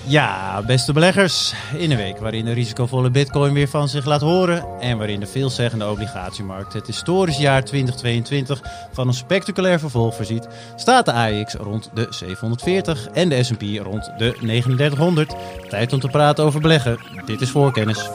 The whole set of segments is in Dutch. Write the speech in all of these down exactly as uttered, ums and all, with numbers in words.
Ja, beste beleggers. In een week waarin de risicovolle bitcoin weer van zich laat horen en waarin de veelzeggende obligatiemarkt het historisch jaar twintig tweeëntwintig van een spectaculair vervolg voorziet, staat de A E X rond de zevenhonderdveertig en de S en P rond de negenendertighonderd. Tijd om te praten over beleggen. Dit is Voorkennis.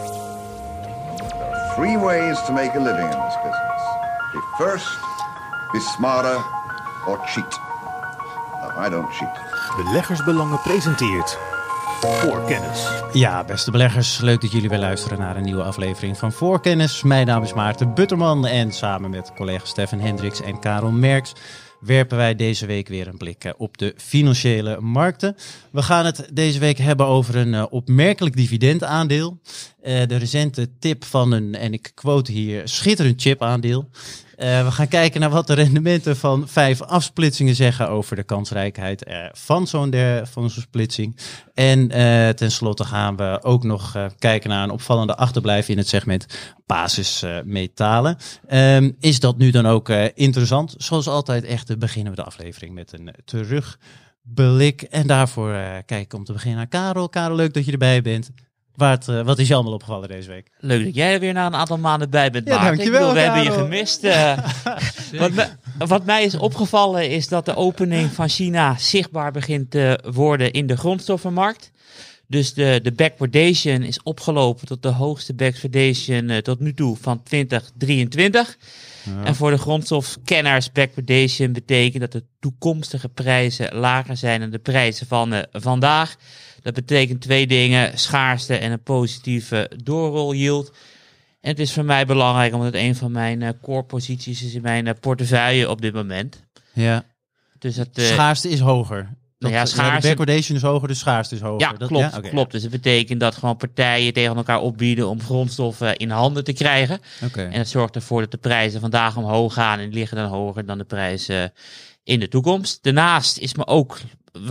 Three ways to make a living in this business. Be first, be smarter, or cheat. No, I don't cheat. Beleggersbelangen presenteert Voorkennis. Ja, beste beleggers, leuk dat jullie weer luisteren naar een nieuwe aflevering van Voorkennis. Mijn naam is Maarten Butterman en samen met collega's Stefan Hendricks en Karel Merks werpen wij deze week weer een blik op de financiële markten. We gaan het deze week hebben over een uh, opmerkelijk dividendaandeel. Uh, de recente tip van een, en ik quote hier, schitterend chipaandeel. Uh, we gaan kijken naar wat de rendementen van vijf afsplitsingen zeggen over de kansrijkheid uh, van zo'n de, van zo'n splitsing. En uh, tenslotte gaan we ook nog uh, kijken naar een opvallende achterblijf in het segment basismetalen. Uh, um, is dat nu dan ook uh, interessant? Zoals altijd echt beginnen we de aflevering met een uh, terugblik. En daarvoor uh, kijk ik om te beginnen naar Karel. Karel, leuk dat je erbij bent. Wat, uh, wat is je allemaal opgevallen deze week? Leuk dat jij er weer na een aantal maanden bij bent, Ja, Maarten. dankjewel, Ik bedoel, we Karel. hebben je gemist. Uh, wat, me, wat mij is opgevallen is dat de opening van China zichtbaar begint te worden in de grondstoffenmarkt. Dus de, de backwardation is opgelopen tot de hoogste backwardation uh, tot nu toe van twintig drieëntwintig. Ja. En voor de grondstofkenners, backwardation betekent dat de toekomstige prijzen lager zijn dan de prijzen van uh, vandaag. Dat betekent twee dingen, schaarste en een positieve doorrol yield. En het is voor mij belangrijk omdat het een van mijn uh, core posities is in mijn uh, portefeuille op dit moment. Ja. Dus dat, uh, schaarste is hoger. Dat, nou ja, schaarste, ja, de backwardation is hoger, dus schaarste is hoger. Ja, dat, klopt. Ja? Okay, klopt. Dus het betekent dat gewoon partijen tegen elkaar opbieden om grondstoffen in handen te krijgen. Okay. En dat zorgt ervoor dat de prijzen vandaag omhoog gaan en die liggen dan hoger dan de prijzen in de toekomst. Daarnaast is me ook,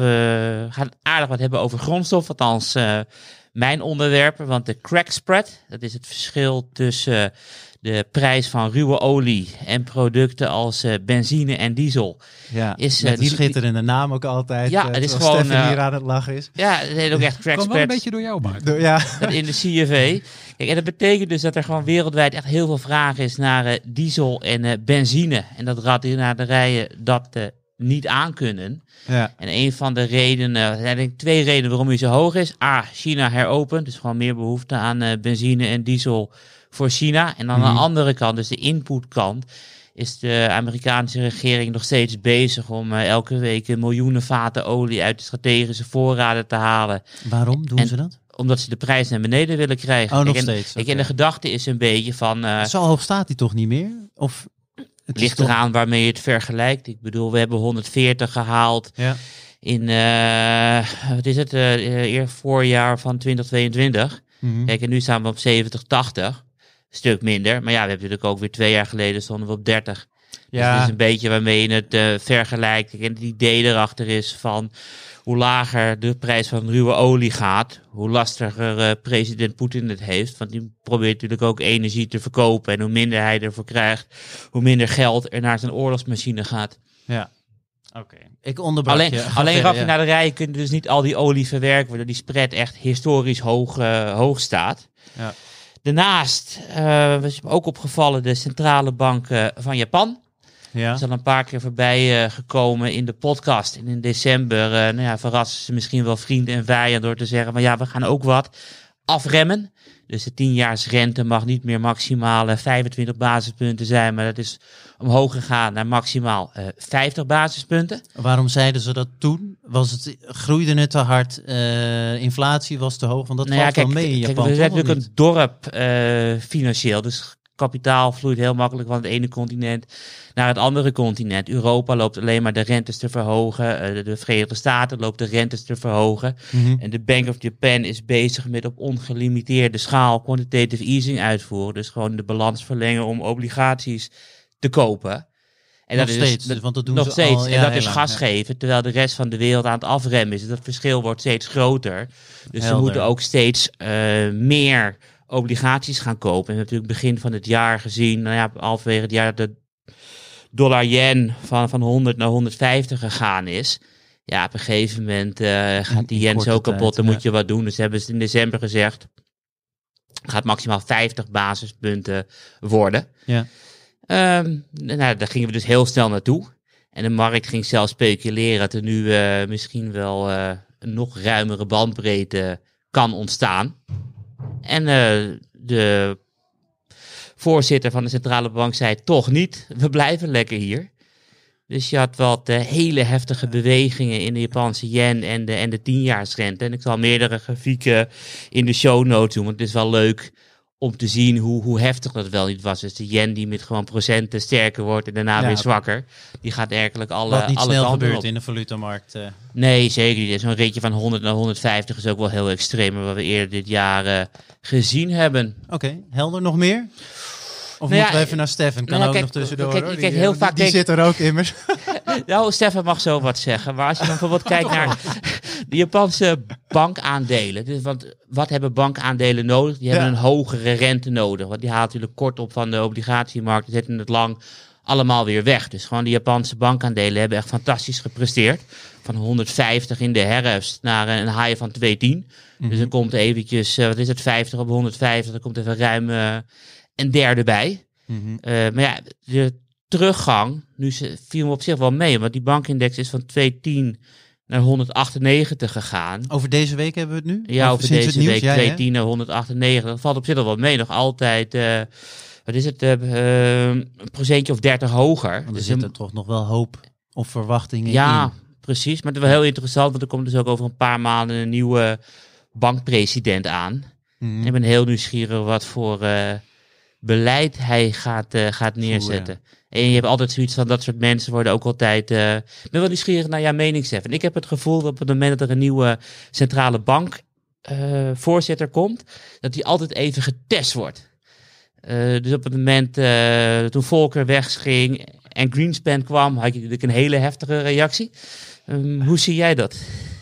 we gaan aardig wat hebben over grondstof, althans uh, mijn onderwerpen. Want de crack spread, dat is het verschil tussen uh, de prijs van ruwe olie en producten als uh, benzine en diesel. Ja, is, met uh, een die, schitterende naam ook altijd. Ja, uh, het is als gewoon, Stefan uh, hier aan het lachen is. Ja, het heet ook echt crack Kwam spread. wel een beetje door jou, Maarten. Ja. In de C F E. Kijk, en dat betekent dus dat er gewoon wereldwijd echt heel veel vraag is naar uh, diesel en uh, benzine. En dat rafinaderijen dat uh, niet aankunnen. Ja. En een van de redenen, er zijn denk ik twee redenen waarom hij zo hoog is. A, China heropent, dus gewoon meer behoefte aan uh, benzine en diesel voor China. En aan mm. de andere kant, dus de inputkant, is de Amerikaanse regering nog steeds bezig om uh, elke week miljoenen vaten olie uit de strategische voorraden te halen. Waarom doen en, ze dat? Omdat ze de prijs naar beneden willen krijgen. Oh, nog en, steeds. Ik okay. En de gedachte is een beetje van... Uh, Zo hoog staat hij toch niet meer? Of het ligt eraan toch waarmee je het vergelijkt. Ik bedoel, we hebben honderdveertig gehaald ja. in, uh, wat is het, uh, eer voorjaar van twintig tweeëntwintig. Mm-hmm. Kijk, en nu staan we op zeventig, tachtig. Een stuk minder. Maar ja, we hebben natuurlijk ook weer twee jaar geleden stonden we op dertig. Ja. Dus het is een beetje waarmee je het uh, vergelijkt. En het idee erachter is van hoe lager de prijs van ruwe olie gaat, hoe lastiger uh, president Poetin het heeft. Want die probeert natuurlijk ook energie te verkopen. En hoe minder hij ervoor krijgt, hoe minder geld er naar zijn oorlogsmachine gaat. Ja. Oké. Okay. Ik onderbrak alleen, je. Alleen raffinaderijen ja. kunnen dus niet al die olie verwerken, waardoor die spread echt historisch hoog, uh, hoog staat. Ja. Daarnaast uh, was me ook opgevallen de centrale bank uh, van Japan. Ja. Dat is al een paar keer voorbij uh, gekomen in de podcast. En in december uh, nou ja, verrassen ze misschien wel vrienden en vijanden door te zeggen van ja, we gaan ook wat afremmen. Dus de tienjaarsrente mag niet meer maximaal uh, vijfentwintig basispunten zijn, maar dat is omhoog gegaan naar maximaal uh, vijftig basispunten. Waarom zeiden ze dat toen? Was het, groeide het te hard? Uh, inflatie was te hoog? Want dat nou valt ja, kijk, wel mee in Japan. Kijk, we zijn natuurlijk een dorp uh, financieel, dus kapitaal vloeit heel makkelijk van het ene continent naar het andere continent. Europa loopt alleen maar de rentes te verhogen. Uh, de Verenigde Staten loopt de rentes te verhogen. Mm-hmm. En de Bank of Japan is bezig met op ongelimiteerde schaal quantitative easing uitvoeren. Dus gewoon de balans verlengen om obligaties te kopen. En nog dat steeds, is, dat, want dat doen nog ze steeds. al, en ja, dat is lang, gas ja. geven, terwijl de rest van de wereld aan het afremmen is. Dat verschil wordt steeds groter. Dus Helder. ze moeten ook steeds uh, meer obligaties gaan kopen. En we hebben natuurlijk begin van het jaar gezien, nou ja, halverwege het jaar dat de dollar yen van, van honderd naar honderdvijftig gegaan is. ja, op een gegeven moment uh, gaat die in yen zo korte kapot, tijd, dan ja. moet je wat doen. Dus hebben ze in december gezegd, gaat maximaal vijftig basispunten worden. Ja. Um, nou, daar gingen we dus heel snel naartoe. En de markt ging zelfs speculeren dat er nu uh, misschien wel uh, een nog ruimere bandbreedte kan ontstaan. En uh, de voorzitter van de centrale bank zei toch niet, we blijven lekker hier. Dus je had wat uh, hele heftige bewegingen in de Japanse yen en de, en de tienjaarsrente. En ik zal meerdere grafieken in de show notes doen, want het is wel leuk om te zien hoe, hoe heftig dat wel niet was. Dus de yen die met gewoon procenten sterker wordt en daarna Ja, weer zwakker. Die gaat eigenlijk alle, Wat niet alle snel kanten gebeurt op. in de valutamarkt. Uh. Nee, zeker niet. Zo'n ritje van honderd naar honderdvijftig is ook wel heel extreem. Wat we eerder dit jaar uh, gezien hebben. Oké, okay. Helder nog meer? Of nou moeten ja, we even naar Stefan? Kan nou ja, ook kijk, nog tussendoor. kijk, hoor. kijk, die heel die, vaak die denk- zit er ook immers. Nou, Stefan mag zo wat zeggen. Maar als je dan bijvoorbeeld kijkt naar de Japanse bankaandelen. Dus want wat hebben bankaandelen nodig? Die hebben Ja. een hogere rente nodig. Want die haalt natuurlijk kort op van de obligatiemarkt. Die zetten het lang allemaal weer weg. Dus gewoon de Japanse bankaandelen hebben echt fantastisch gepresteerd. Van honderdvijftig in de herfst naar een high van tweehonderdtien. Mm-hmm. Dus dan komt eventjes, uh, wat is het, vijftig op honderdvijftig. Dan komt even ruim uh, een derde bij. Mm-hmm. Uh, maar ja, de teruggang, nu ze, viel me op zich wel mee, want die bankindex is van tweehonderdtien naar honderdachtennegentig gegaan. Over deze week hebben we het nu? Ja, Of over sinds deze het nieuws? week Ja, tweehonderdtien naar honderdachtennegentig. Dat valt op zich nog wel mee. Nog altijd, uh, wat is het, uh, uh, een procentje of dertig hoger. Want er Dus zit een- er toch nog wel hoop of verwachtingen ja, in. precies. Maar het is wel heel interessant, want er komt dus ook over een paar maanden een nieuwe bankpresident aan. Mm-hmm. Ik ben heel nieuwsgierig wat voor uh, beleid hij gaat, uh, gaat neerzetten. En je hebt altijd zoiets van, dat soort mensen worden ook altijd... Uh, ik ben wel nieuwsgierig naar jouw mening, Stefan. Ik heb het gevoel dat op het moment dat er een nieuwe centrale bank uh, voorzitter komt, dat die altijd even getest wordt. Uh, dus op het moment uh, toen Volcker wegging en Greenspan kwam, had je natuurlijk een hele heftige reactie. Um, hoe zie jij dat?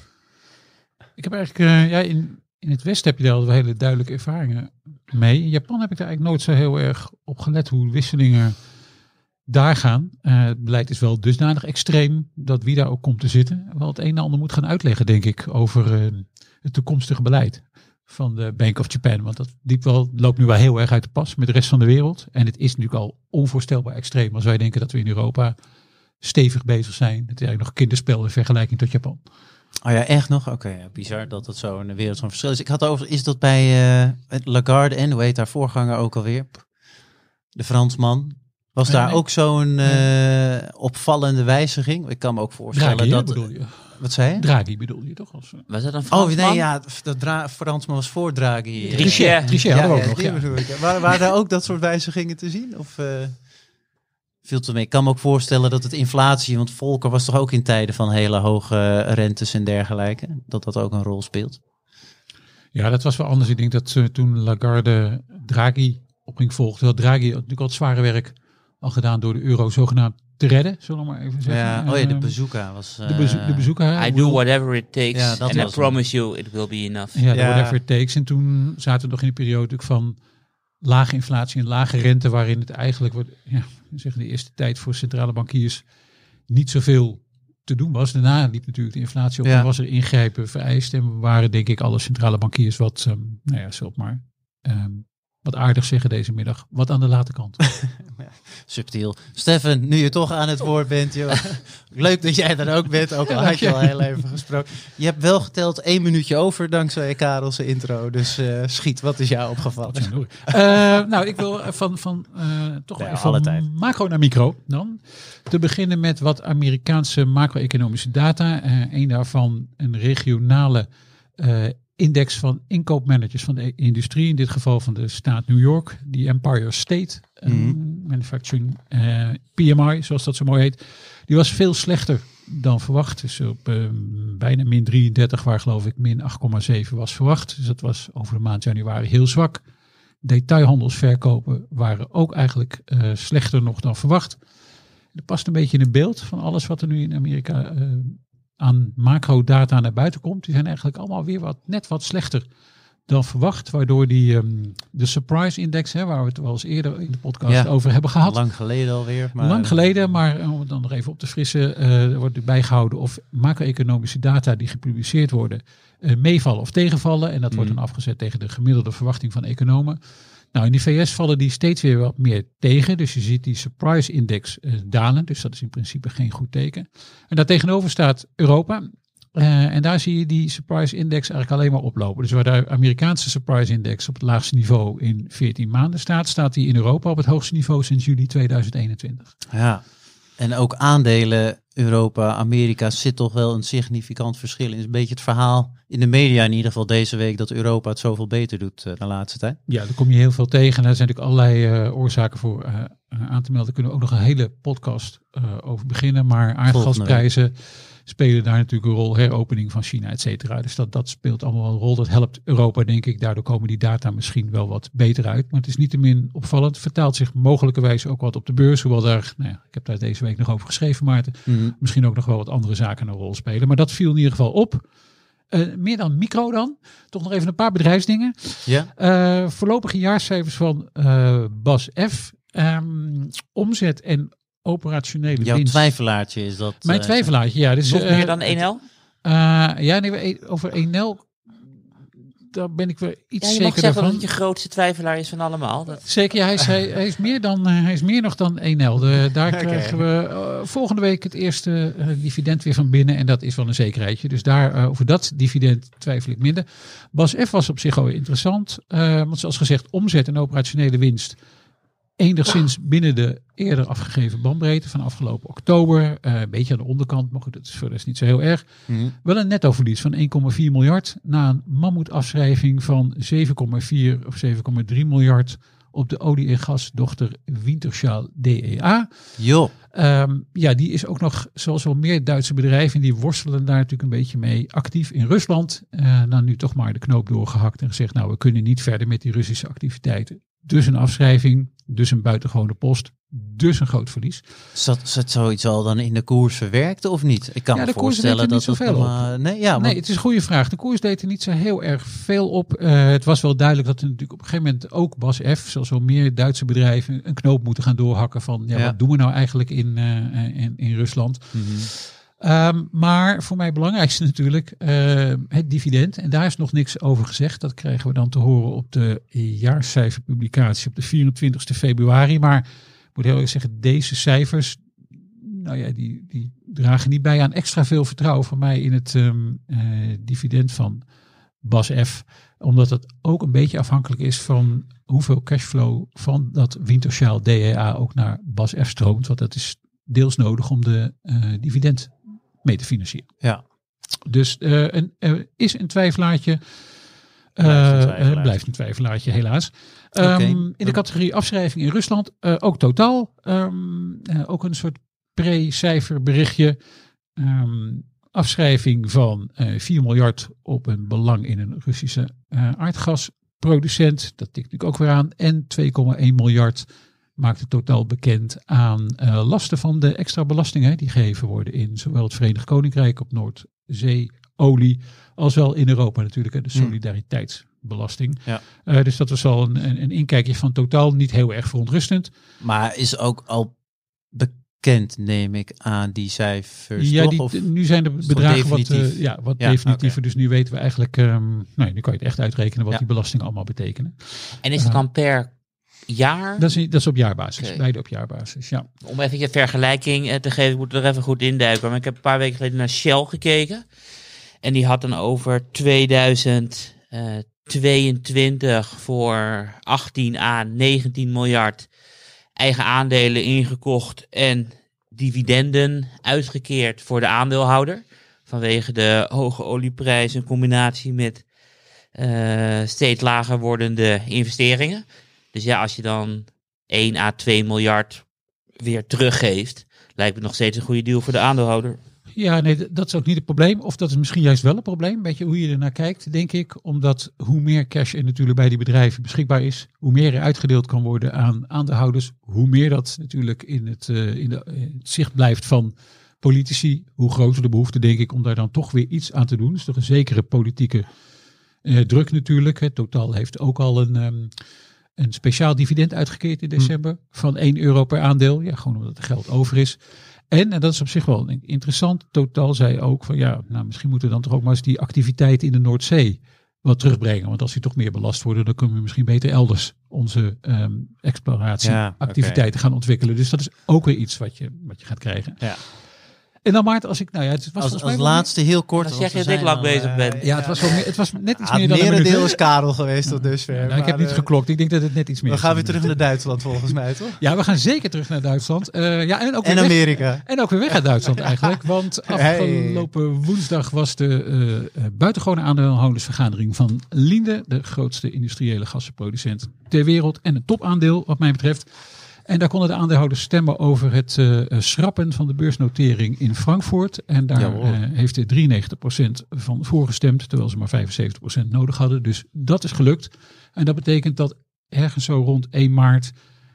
Ik heb eigenlijk, uh, ja, in, in het Westen heb je daar al hele duidelijke ervaringen mee. In Japan heb ik daar eigenlijk nooit zo heel erg op gelet hoe wisselingen daar gaan. Uh, het beleid is wel dusdanig extreem dat wie daar ook komt te zitten wel het een en ander moet gaan uitleggen, denk ik, over uh, het toekomstige beleid van de Bank of Japan. Want dat diep wel, loopt nu wel heel erg uit de pas met de rest van de wereld. En het is natuurlijk al onvoorstelbaar extreem als wij denken dat we in Europa stevig bezig zijn. Het is eigenlijk nog kinderspel in vergelijking tot Japan. Oh ja, echt nog? Oké, okay, ja, bizar dat het zo in de wereld zo'n verschil is. Ik had over, is dat bij uh, Lagarde en hoe heet haar voorganger ook alweer? De Fransman. Was nee, daar nee. ook zo'n uh, opvallende wijziging? Ik kan me ook voorstellen Draghi, dat... bedoel je? Wat zei je? Draghi bedoel je toch? Als, Was dat een Fransman? Oh nee, ja, dat dra- Fransman was voor Draghi. Trichet. Trichet ja, hadden we ja, ook nog, die ja. bedoel ik. Waren, waren daar ook dat soort wijzigingen te zien? Of uh, viel te mee? Ik kan me ook voorstellen dat het inflatie, want Volcker was toch ook in tijden van hele hoge rentes en dergelijke, dat dat ook een rol speelt. Ja, dat was wel anders. Ik denk dat uh, toen Lagarde Draghi op ging volgen, terwijl Draghi had natuurlijk al het zware werk al gedaan door de euro zogenaamd te redden, zullen we maar even zeggen. Ja, oh ja, de Uh, bazooka was... Uh, de, bezo- de bezoeker. I do whatever it takes Ja, dat and I was hem. promise you it will be enough. Ja, de Ja. whatever it takes. En toen zaten we nog in een periode natuurlijk van lage inflatie en lage rente, waarin het eigenlijk, wordt, ja, zeggen de eerste tijd voor centrale bankiers niet zoveel te doen was. Daarna liep natuurlijk de inflatie op Ja. en was er ingrijpen vereist. En we waren denk ik alle centrale bankiers wat, um, nou ja, zullen we maar um, wat aardig zeggen deze middag, wat aan de late kant. Subtiel. Stefan, nu je toch aan het woord bent, joh. Leuk dat jij er ook bent, ook al had je al heel even gesproken. Je hebt wel geteld één minuutje over dankzij Karel's intro. Dus uh, schiet, wat is jou opgevallen? Uh, nou, ik wil van, van uh, toch Ja, even alle van tijd. macro naar micro dan. Te beginnen met wat Amerikaanse macro-economische data. Uh, een daarvan een regionale uh, index van inkoopmanagers van de industrie. In dit geval van de staat New York. Die Empire State uh, Mm-hmm. Manufacturing uh, P M I, zoals dat zo mooi heet. Die was veel slechter dan verwacht. Dus op uh, bijna min drieëndertig, waar geloof ik min acht komma zeven was verwacht. Dus dat was over de maand januari heel zwak. Detailhandelsverkopen waren ook eigenlijk uh, slechter nog dan verwacht. Dat past een beetje in het beeld van alles wat er nu in Amerika uh, aan macro-data naar buiten komt. Die zijn eigenlijk allemaal weer wat, net wat slechter dan verwacht. Waardoor die, um, de surprise index, hè, waar we het wel eens eerder in de podcast Ja, over hebben gehad. Lang geleden alweer. Maar... Lang geleden, maar om het dan nog even op te frissen, uh, er wordt natuurlijk bijgehouden of macro-economische data die gepubliceerd worden uh, meevallen of tegenvallen. En dat mm. wordt dan afgezet tegen de gemiddelde verwachting van economen. Nou, in de V S vallen die steeds weer wat meer tegen. Dus je ziet die surprise index uh, dalen. Dus dat is in principe geen goed teken. En daartegenover staat Europa. Uh, en daar zie je die surprise index eigenlijk alleen maar oplopen. Dus waar de Amerikaanse surprise index op het laagste niveau in veertien maanden staat, staat die in Europa op het hoogste niveau sinds juli tweeduizend eenentwintig. Ja, en ook aandelen Europa, Amerika zit toch wel een significant verschil in. Is een beetje het verhaal in de media in ieder geval deze week dat Europa het zoveel beter doet uh, de laatste tijd. Ja, daar kom je heel veel tegen. Daar zijn natuurlijk allerlei uh, oorzaken voor uh, aan te melden. Daar kunnen we ook nog een hele podcast uh, over beginnen. Maar aardgasprijzen spelen daar natuurlijk een rol, heropening van China, et cetera. Dus dat, dat speelt allemaal wel een rol. Dat helpt Europa, denk ik. Daardoor komen die data misschien wel wat beter uit. Maar het is niettemin opvallend. Het vertaalt zich mogelijkerwijs ook wat op de beurs. Hoewel daar, nou ja, ik heb daar deze week nog over geschreven, Maarten. Mm-hmm. Misschien ook nog wel wat andere zaken een rol spelen. Maar dat viel in ieder geval op. Uh, meer dan micro dan. Toch nog even een paar bedrijfsdingen. Ja. Uh, voorlopige jaarcijfers van uh, B A S F. Um, omzet en operationele Jouw winst. twijfelaartje is dat. Mijn twijfelaartje, ja. Dus, Nog uh, meer dan één L? Uh, ja, nee, over één L, daar ben ik weer iets ja, je zeker mag zeggen van. dat het je grootste twijfelaar is van allemaal. Dat... Zeker, ja, hij, is, hij, hij, is meer dan, uh, hij is meer nog dan één L. De, daar okay. krijgen we uh, volgende week het eerste uh, dividend weer van binnen. En dat is wel een zekerheidje. Dus daar, uh, over dat dividend twijfel ik minder. B A S F was op zich al interessant. Uh, want zoals gezegd, omzet en operationele winst enigszins binnen de eerder afgegeven bandbreedte van afgelopen oktober. Uh, een beetje aan de onderkant, maar goed, dat is voor de rest niet zo heel erg. Mm-hmm. Wel een nettoverlies van één komma vier miljard na een mammoetafschrijving van zeven komma vier of zeven komma drie miljard op de olie- en gasdochter Wintershall D E A. Jo. Um, ja, die is ook nog, zoals wel meer Duitse bedrijven, die worstelen daar natuurlijk een beetje mee, actief in Rusland. Uh, nou, nu toch maar de knoop doorgehakt en gezegd, nou, we kunnen niet verder met die Russische activiteiten. Dus een afschrijving, dus een buitengewone post, dus een groot verlies. Zat, zat zoiets al dan in de koers verwerkte of niet? Ik kan ja, me de voorstellen dat het het... Uh, nee, ja, nee, het is een goede vraag. De koers deed er niet zo heel erg veel op. Uh, het was wel duidelijk dat er natuurlijk op een gegeven moment ook B A S F, zoals wel meer Duitse bedrijven, een knoop moeten gaan doorhakken van, ja, ja. wat doen we nou eigenlijk in, uh, in, in Rusland? Mm-hmm. Um, maar voor mij het belangrijkste natuurlijk uh, het dividend. En daar is nog niks over gezegd. Dat krijgen we dan te horen op de jaarcijferpublicatie op de vierentwintigste februari. Maar ik moet heel eerlijk zeggen, deze cijfers, nou ja, die, die dragen niet bij aan extra veel vertrouwen van mij in het um, uh, dividend van B A S F. Omdat het ook een beetje afhankelijk is van hoeveel cashflow van dat Wintershall D E A ook naar B A S F stroomt. Want dat is deels nodig om de uh, dividend mee te financieren. Ja. Dus uh, een, er is een twijfelaartje. Uh, blijft, een twijfelaartje. Uh, blijft een twijfelaartje, helaas. Um, okay. In de categorie afschrijving in Rusland, uh, ook totaal. Um, uh, ook een soort pre-cijferberichtje. Um, afschrijving van uh, vier miljard op een belang in een Russische uh, aardgasproducent. Dat tikt natuurlijk ook weer aan. En twee komma één miljard maakt het totaal bekend aan uh, lasten van de extra belastingen die gegeven worden in zowel het Verenigd Koninkrijk op Noordzee-olie als wel in Europa natuurlijk, de solidariteitsbelasting. Ja. Uh, dus dat was al een, een, een inkijkje van totaal niet heel erg verontrustend. Maar is ook al bekend, neem ik aan, die cijfers, ja, toch? Die, of nu zijn de bedragen wat, uh, ja, wat ja, definitiever. Okay. Dus nu weten we eigenlijk, um, nou, nu kan je het echt uitrekenen wat ja. die belastingen allemaal betekenen. En is het dan per jaar? Dat is, dat is op jaarbasis. Okay. Beide op jaarbasis, ja. Om even je vergelijking te geven, ik moet er even goed induiken. Maar ik heb een paar weken geleden naar Shell gekeken. En die had dan over tweeduizend tweeëntwintig voor achttien à negentien miljard eigen aandelen ingekocht en dividenden uitgekeerd voor de aandeelhouder. Vanwege de hoge olieprijs in combinatie met uh, steeds lager wordende investeringen. Dus ja, als je dan één à twee miljard weer teruggeeft, lijkt me nog steeds een goede deal voor de aandeelhouder. Ja, nee, dat is ook niet het probleem. Of dat is misschien juist wel een probleem. Weet je hoe je er naar kijkt, denk ik. Omdat hoe meer cash er natuurlijk bij die bedrijven beschikbaar is, hoe meer er uitgedeeld kan worden aan aandeelhouders, hoe meer dat natuurlijk in het, uh, in, de, in het zicht blijft van politici, hoe groter de behoefte, denk ik, om daar dan toch weer iets aan te doen. Dus toch een zekere politieke Uh, druk natuurlijk. Hè. Total heeft ook al een, um, een speciaal dividend uitgekeerd in december mm. van één euro per aandeel. Ja, gewoon omdat er geld over is. En, en dat is op zich wel interessant, Total zei ook van ja, nou misschien moeten we dan toch ook maar eens die activiteiten in de Noordzee wat terugbrengen. Want als die toch meer belast worden, dan kunnen we misschien beter elders onze um, exploratieactiviteiten ja, okay. gaan ontwikkelen. Dus dat is ook weer iets wat je, wat je gaat krijgen. Ja. En dan Maarten, als ik, nou ja, het was als, als laatste heel kort. Dan zeg je dat ik lang bezig uh, ben. Ja, het was, wel meer, het was net iets ja, meer dan een minuut. deel is Karel geweest tot dusver. Ja, nou, ik heb niet geklokt. Ik denk dat het net iets meer we is. We gaan weer terug naar Duitsland volgens mij, toch? Ja, we gaan zeker terug naar Duitsland. Uh, ja, en ook en weer Amerika. Weg, en ook weer weg uit Duitsland eigenlijk. Want afgelopen hey. woensdag was de uh, buitengewone aandeelhoudersvergadering van Linde, de grootste industriële gassenproducent ter wereld. En een topaandeel wat mij betreft. En daar konden de aandeelhouders stemmen over het uh, schrappen van de beursnotering in Frankfurt. En daar uh, heeft de drieënnegentig procent van voorgestemd, terwijl ze maar vijfenzeventig procent nodig hadden. Dus dat is gelukt. En dat betekent dat ergens zo rond één maart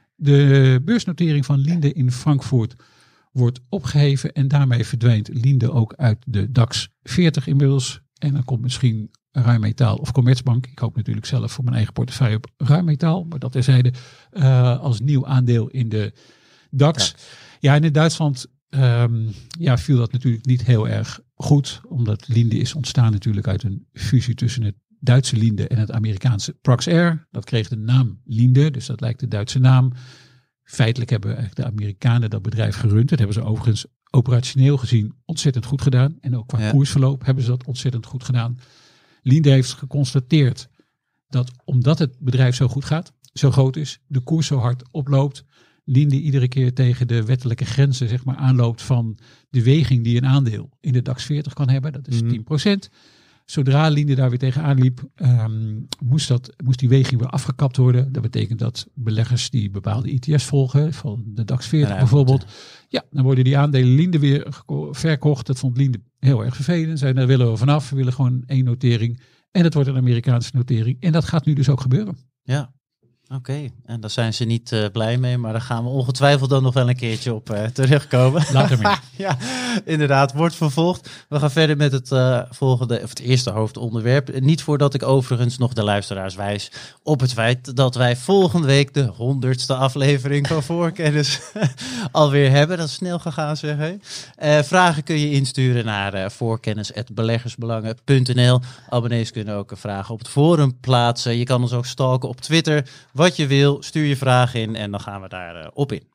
de beursnotering van Linde in Frankfurt wordt opgeheven. En daarmee verdwijnt Linde ook uit de DAX veertig inmiddels. En dan komt misschien Rheinmetall of Commerzbank. Ik hoop natuurlijk zelf voor mijn eigen portefeuille op Rheinmetall. Maar dat terzijde uh, als nieuw aandeel in de DAX. Ja, ja en in Duitsland um, ja, viel dat natuurlijk niet heel erg goed. Omdat Linde is ontstaan natuurlijk uit een fusie tussen het Duitse Linde en het Amerikaanse Praxair. Dat kreeg de naam Linde, dus dat lijkt de Duitse naam. Feitelijk hebben eigenlijk de Amerikanen dat bedrijf gerund. Dat hebben ze overigens operationeel gezien ontzettend goed gedaan. En ook qua ja. koersverloop hebben ze dat ontzettend goed gedaan. Linde heeft geconstateerd dat omdat het bedrijf zo goed gaat, zo groot is, de koers zo hard oploopt, Linde iedere keer tegen de wettelijke grenzen zeg maar, aanloopt van de weging die een aandeel in de DAX veertig kan hebben. Dat is mm. tien procent. Zodra Linde daar weer tegenaan liep, um, moest, dat, moest die weging weer afgekapt worden. Dat betekent dat beleggers die bepaalde E T F's volgen, van de DAX veertig ja, bijvoorbeeld, ja, dan worden die aandelen Linde weer geko- verkocht. Dat vond Linde heel erg vervelend. Zeiden, daar willen we vanaf. We willen gewoon één notering. En het wordt een Amerikaanse notering. En dat gaat nu dus ook gebeuren. Ja. Oké, okay. En daar zijn ze niet uh, blij mee, maar daar gaan we ongetwijfeld dan nog wel een keertje op uh, terugkomen. Later mee. Ja, inderdaad, wordt vervolgd. We gaan verder met het uh, volgende, of het eerste hoofdonderwerp. Niet voordat ik overigens nog de luisteraars wijs op het feit dat wij volgende week de honderdste aflevering van Voorkennis alweer hebben. Dat is snel gegaan, zeg hé. Uh, vragen kun je insturen naar uh, voorkennis apenstaartje beleggersbelangen punt n l. Abonnees kunnen ook vragen op het forum plaatsen. Je kan ons ook stalken op Twitter. Wat je wil, stuur je vraag in en dan gaan we daar uh, op in.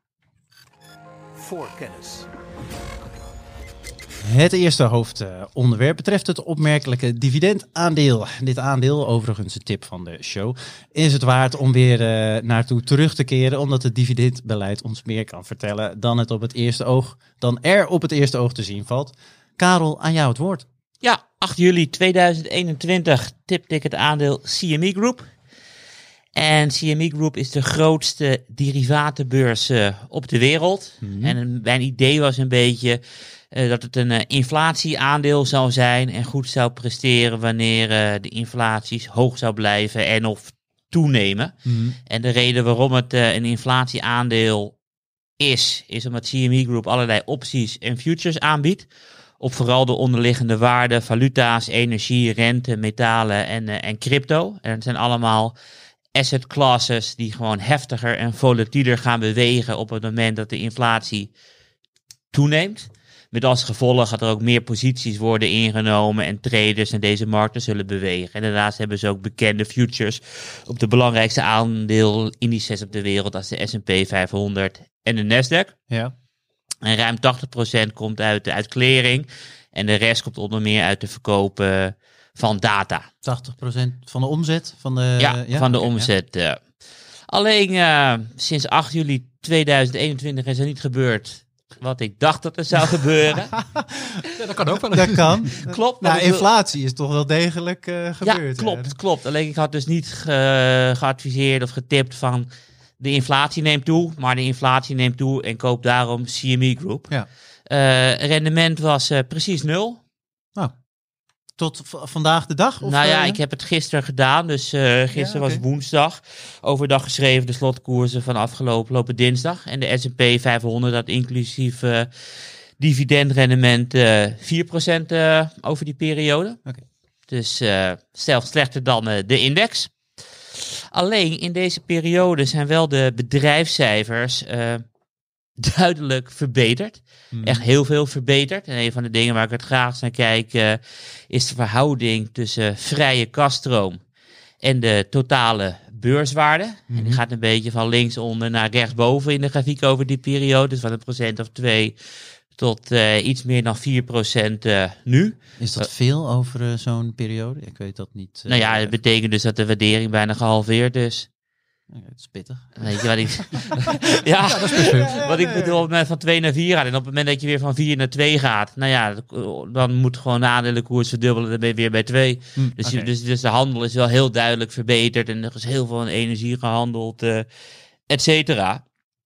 Voorkennis. Het eerste hoofdonderwerp betreft het opmerkelijke dividendaandeel. Dit aandeel, overigens een tip van de show, is het waard om weer uh, naartoe terug te keren, omdat het dividendbeleid ons meer kan vertellen dan, het op het eerste oog, dan er op het eerste oog te zien valt. Karel, aan jou het woord. Ja, acht juli tweeduizend eenentwintig tipte ik het aandeel C M E Group. En C M E Group is de grootste derivatenbeurs uh, op de wereld. Mm-hmm. En mijn idee was een beetje uh, dat het een uh, inflatieaandeel zou zijn en goed zou presteren wanneer uh, de inflaties hoog zou blijven en of toenemen. Mm-hmm. En de reden waarom het uh, een inflatieaandeel is, is omdat C M E Group allerlei opties en futures aanbiedt. Op vooral de onderliggende waarden, valuta's, energie, rente, metalen en, uh, en crypto. En het zijn allemaal asset classes die gewoon heftiger en volatieler gaan bewegen op het moment dat de inflatie toeneemt. Met als gevolg dat er ook meer posities worden ingenomen en traders in deze markten zullen bewegen. En daarnaast hebben ze ook bekende futures op de belangrijkste aandeelindices op de wereld, als de S en P vijfhonderd en de Nasdaq. Ja. En ruim tachtig procent komt uit de uitkering en de rest komt onder meer uit de verkopen van data. tachtig procent van de omzet? Van de, ja, ja, van de okay, omzet. Ja. Uh. Alleen uh, sinds acht juli tweeduizend eenentwintig is er niet gebeurd wat ik dacht dat er zou gebeuren. Ja, dat kan ook wel. Dat kan. Klopt. Nou, inflatie is toch wel degelijk uh, gebeurd. Ja, klopt, hè? klopt. Alleen ik had dus niet ge- geadviseerd of getipt van de inflatie neemt toe, maar de inflatie neemt toe en koop daarom C M E Group. Ja. Uh, rendement was uh, precies nul. Nou. Tot v- vandaag de dag? Of nou ja, uh, ik heb het gisteren gedaan. Dus uh, gisteren ja, okay. was woensdag. Overdag geschreven de slotkoersen van afgelopen lopen dinsdag. En de S en P vijfhonderd had inclusief uh, dividendrendement uh, vier procent uh, over die periode. Okay. Dus uh, zelfs slechter dan uh, de index. Alleen in deze periode zijn wel de bedrijfscijfers uh, duidelijk verbeterd. Hmm. Echt heel veel verbeterd. En een van de dingen waar ik het graag naar kijk uh, is de verhouding tussen uh, vrije kasstroom en de totale beurswaarde. Hmm. En die gaat een beetje van linksonder naar rechtsboven in de grafiek over die periode. Dus van een procent of twee tot uh, iets meer dan vier procent uh, nu. Is dat uh, veel over uh, zo'n periode? Ik weet dat niet. Uh, nou ja, dat betekent dus dat de waardering bijna gehalveerd is. Ja, dat is pittig. Weet je wat ik... ja, ja, dat is veel. Wat ik bedoel, op het moment van twee naar vier gaat en op het moment dat je weer van vier naar twee gaat, nou ja, dan moet gewoon de aandelenkoers verdubbelen, dan ben je weer bij twee. Hm, dus, okay. dus, dus de handel is wel heel duidelijk verbeterd en er is heel veel energie gehandeld, uh, et cetera.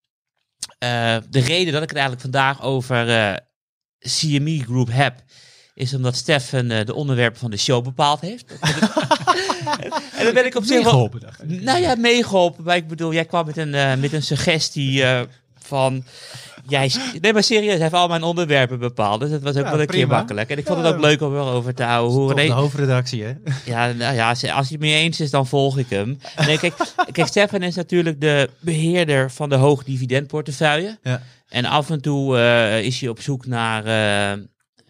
Uh, de reden dat ik het eigenlijk vandaag over uh, C M E Group heb, is omdat Stefan uh, de onderwerpen van de show bepaald heeft. En dan ben ik op zich wel... Nou ja, meegeholpen. Maar ik bedoel, jij kwam met een, uh, met een suggestie uh, van... Jij, nee, maar serieus, hij heeft al mijn onderwerpen bepaald. Dus dat was ook ja, wel een prima. keer makkelijk. En ik vond het ook leuk om erover te houden. Hoe de hoofdredactie, hè? Ja, nou ja, als hij het mee eens is, dan volg ik hem. Nee, kijk, kijk, Stefan is natuurlijk de beheerder van de hoogdividendportefeuille. Ja. En af en toe uh, is hij op zoek naar uh,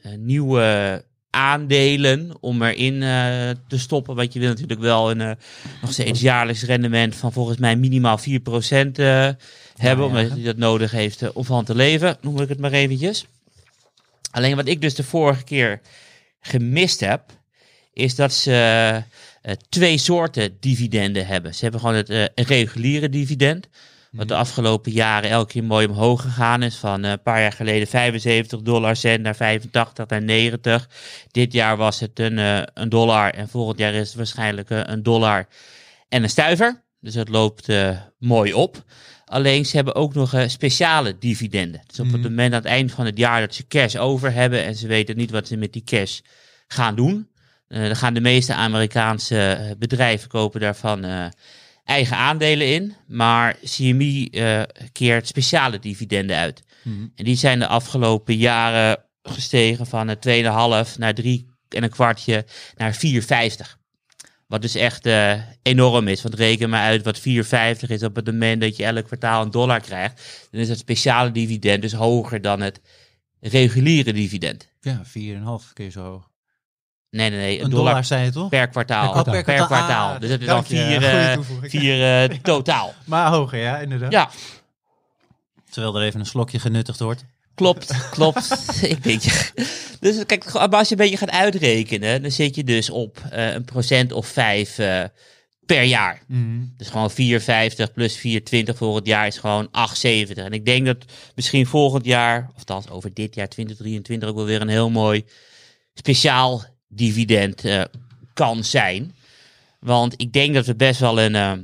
nieuwe aandelen om erin uh, te stoppen. Want je wil natuurlijk wel een uh, nog steeds jaarlijks rendement van volgens mij minimaal vier procent uh, hebben, ja, ja. omdat hij dat nodig heeft uh, om van te leven, noem ik het maar eventjes. Alleen wat ik dus de vorige keer gemist heb, is dat ze uh, uh, twee soorten dividenden hebben. Ze hebben gewoon het uh, reguliere dividend, wat de afgelopen jaren elke keer mooi omhoog gegaan is. Van uh, een paar jaar geleden vijfenzeventig dollar cent naar vijfentachtig naar negentig. Dit jaar was het een, uh, een dollar en volgend jaar is het waarschijnlijk uh, een dollar en een stuiver. Dus het loopt uh, mooi op. Alleen ze hebben ook nog uh, speciale dividenden. Dus op mm. het moment aan het eind van het jaar dat ze cash over hebben en ze weten niet wat ze met die cash gaan doen. Uh, dan gaan de meeste Amerikaanse uh, bedrijven kopen daarvan uh, eigen aandelen in. Maar C M E uh, keert speciale dividenden uit. Mm. En die zijn de afgelopen jaren gestegen van uh, twee komma vijf naar drie en een kwartje naar vier komma vijftig. Wat dus echt uh, enorm is. Want reken maar uit wat vier komma vijftig is op het moment dat je elk kwartaal een dollar krijgt. Dan is het speciale dividend dus hoger dan het reguliere dividend. Ja, vier komma vijf keer zo hoog. Nee, nee, nee. Een, een dollar, dollar zei je toch? Per kwartaal. Oh, per, per kwartaal. Ah, dus het is dan vier, uh, vier uh, totaal. Maar hoger, ja, inderdaad. Ja. Terwijl er even een slokje genuttigd wordt. Klopt, klopt. Ik denk je. Dus kijk, als je een beetje gaat uitrekenen, dan zit je dus op uh, een procent of vijf uh, per jaar. Mm. Dus gewoon vier komma vijftig plus vier komma twintig volgend jaar is gewoon acht komma zeventig. En ik denk dat misschien volgend jaar, of althans over dit jaar twintig drieëntwintig, ook wel weer een heel mooi speciaal dividend uh, kan zijn. Want ik denk dat we best wel een uh,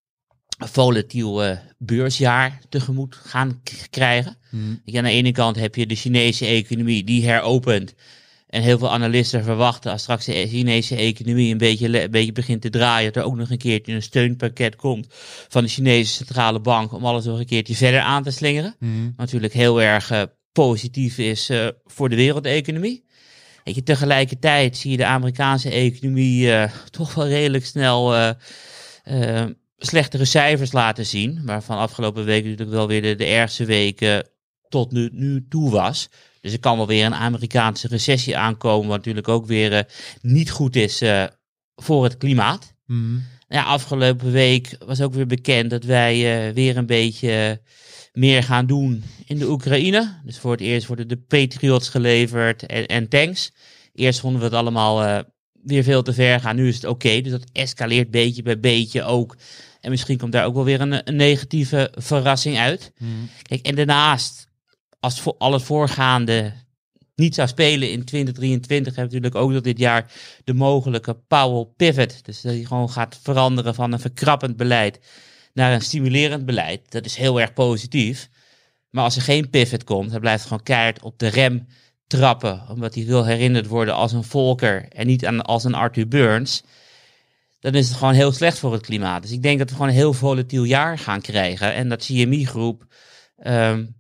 volatiel uh, beursjaar tegemoet gaan k- krijgen. Hmm. Aan de ene kant heb je de Chinese economie die heropent. En heel veel analisten verwachten als straks de Chinese economie een beetje, een beetje begint te draaien, dat er ook nog een keertje een steunpakket komt van de Chinese centrale bank om alles nog een keertje verder aan te slingeren. Hmm. Wat natuurlijk heel erg uh, positief is uh, voor de wereldeconomie. Weet je, tegelijkertijd zie je de Amerikaanse economie uh, toch wel redelijk snel uh, uh, slechtere cijfers laten zien. Waarvan afgelopen week natuurlijk wel weer de, de ergste weken tot nu, nu toe was. Dus er kan wel weer een Amerikaanse recessie aankomen, wat natuurlijk ook weer uh, niet goed is uh, voor het klimaat. Mm. Ja, afgelopen week was ook weer bekend dat wij uh, weer een beetje uh, meer gaan doen in de Oekraïne. Dus voor het eerst worden de Patriots geleverd en, en tanks. Eerst vonden we het allemaal uh, weer veel te ver gaan. Nu is het oké, okay, dus dat escaleert beetje bij beetje ook. En misschien komt daar ook wel weer een, een negatieve verrassing uit. Mm. Kijk, en daarnaast, als vo- al het voorgaande niet zou spelen in twintig drieëntwintig, hebben we natuurlijk ook nog dit jaar de mogelijke Powell pivot. Dus dat je gewoon gaat veranderen van een verkrappend beleid naar een stimulerend beleid. Dat is heel erg positief. Maar als er geen pivot komt, dan blijft het gewoon keihard op de rem trappen. Omdat hij wil herinnerd worden als een Volcker en niet aan, als een Arthur Burns. Dan is het gewoon heel slecht voor het klimaat. Dus ik denk dat we gewoon een heel volatiel jaar gaan krijgen. En dat C M E Groep um,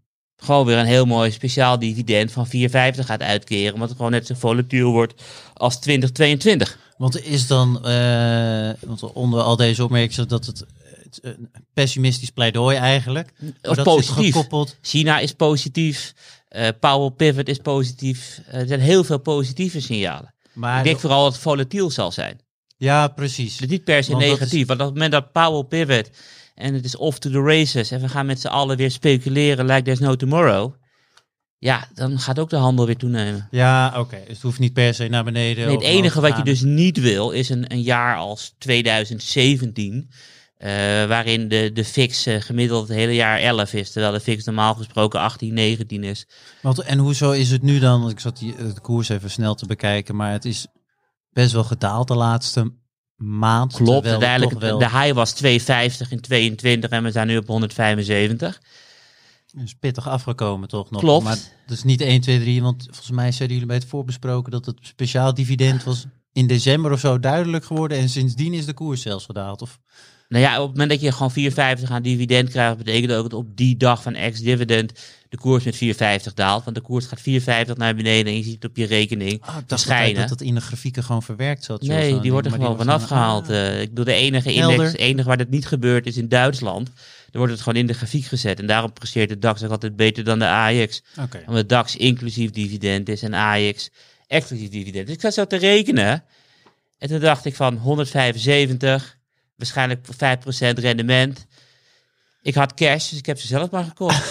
gewoon weer een heel mooi speciaal dividend van vier vijftig gaat uitkeren. Omdat het gewoon net zo volatiel wordt als twintig tweeëntwintig. Want is dan, uh, want onder al deze opmerkingen dat het, het een pessimistisch pleidooi eigenlijk. Of positief. Gekoppeld. China is positief. Uh, Powell Pivot is positief. Uh, er zijn heel veel positieve signalen. Maar ik denk de... vooral dat het volatiel zal zijn. Ja, precies. Dus niet per se want negatief. Is... Want op het moment dat Powell Pivot en het is off to the races en we gaan met z'n allen weer speculeren like there's no tomorrow. Ja, dan gaat ook de handel weer toenemen. Ja, oké. Okay. Dus het hoeft niet per se naar beneden. Nee, het enige wat je dus niet wil is een, een jaar als twintig zeventien... Uh, waarin de, de fix uh, gemiddeld het hele jaar elf is, terwijl de fix normaal gesproken achttien, negentien is. Wat, en hoezo is het nu dan, want ik zat die, de koers even snel te bekijken, maar het is best wel gedaald de laatste maand. Klopt, uiteindelijk wel... de high was twee vijftig in tweeëntwintig en we zijn nu op honderdvijfenzeventig. Is pittig afgekomen toch nog. Klopt. Maar dat is niet één, twee, drie, want volgens mij zeiden jullie bij het voorbesproken dat het speciaal dividend was in december of zo duidelijk geworden en sindsdien is de koers zelfs gedaald, of... Nou ja, op het moment dat je gewoon vier vijftig aan dividend krijgt, betekent ook dat op die dag van ex-dividend de koers met vier vijftig daalt. Want de koers gaat vier vijftig naar beneden en je ziet het op je rekening oh, ik verschijnen. Dat dat in de grafieken gewoon verwerkt zat. Nee, die, die wordt er gewoon vanaf gehaald. Ah. Uh, ik bedoel, de enige index, het enige waar dat niet gebeurt is in Duitsland. Dan wordt het gewoon in de grafiek gezet. En daarom presteert de DAX ook altijd beter dan de A E X. Okay. Omdat de DAX inclusief dividend is en A E X exclusief dividend. Dus ik zat zo te rekenen. En toen dacht ik van honderdvijfenzeventig... waarschijnlijk vijf procent rendement. Ik had cash, dus ik heb ze zelf maar gekocht.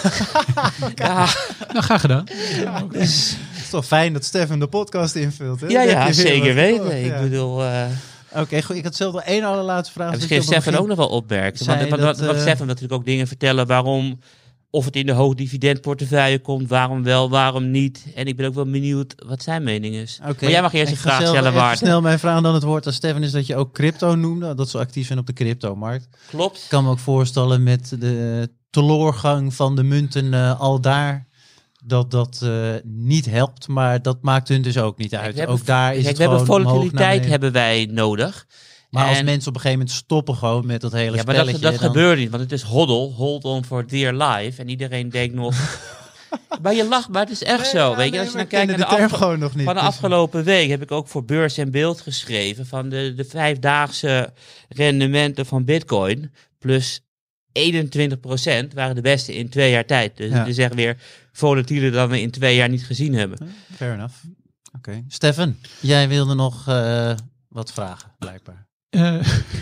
ja. Nou, graag gedaan. Ja, dus, het is toch fijn dat Stefan de podcast invult. Hè? Ja, ja, zeker weten. Ja. Ik bedoel... Uh... Oké, okay, goed. Ik had zelf nog één allerlaatste vraag. Ja, misschien Stefan begin... ook nog wel opmerken. Want, want, dat, uh... want Stefan natuurlijk ook dingen vertellen waarom... of het in de hoogdividendportefeuille komt, waarom wel, waarom niet. En ik ben ook wel benieuwd wat zijn mening is. Okay. Maar jij mag eerst een vraag stellen, Maarten. Snel mijn vraag dan het woord aan Stefan is dat je ook crypto noemde. Dat ze actief zijn op de cryptomarkt. Klopt. Ik kan me ook voorstellen met de teloorgang van de munten uh, al daar... dat dat uh, niet helpt, maar dat maakt hun dus ook niet uit. Kijk, ook daar is kijk, het we gewoon volatiliteit hebben wij nodig. Maar en... als mensen op een gegeven moment stoppen gewoon met dat hele ja, spelletje... maar dat, dat dan... gebeurt niet, want het is hodl, hold on for dear life. En iedereen denkt nog... maar je lacht, maar het is echt nee, zo. Ja, weet je, nee, als je dan kijkt naar de, de, afge... nog niet, van de dus... afgelopen week... heb ik ook voor Beurs en Beeld geschreven... van de, de vijfdaagse rendementen van Bitcoin... plus eenentwintig procent waren de beste in twee jaar tijd. Dus ja. Het is echt weer volatieler dan we in twee jaar niet gezien hebben. Fair enough. Oké. Okay. Stefan, jij wilde nog uh, wat vragen, blijkbaar. Uh,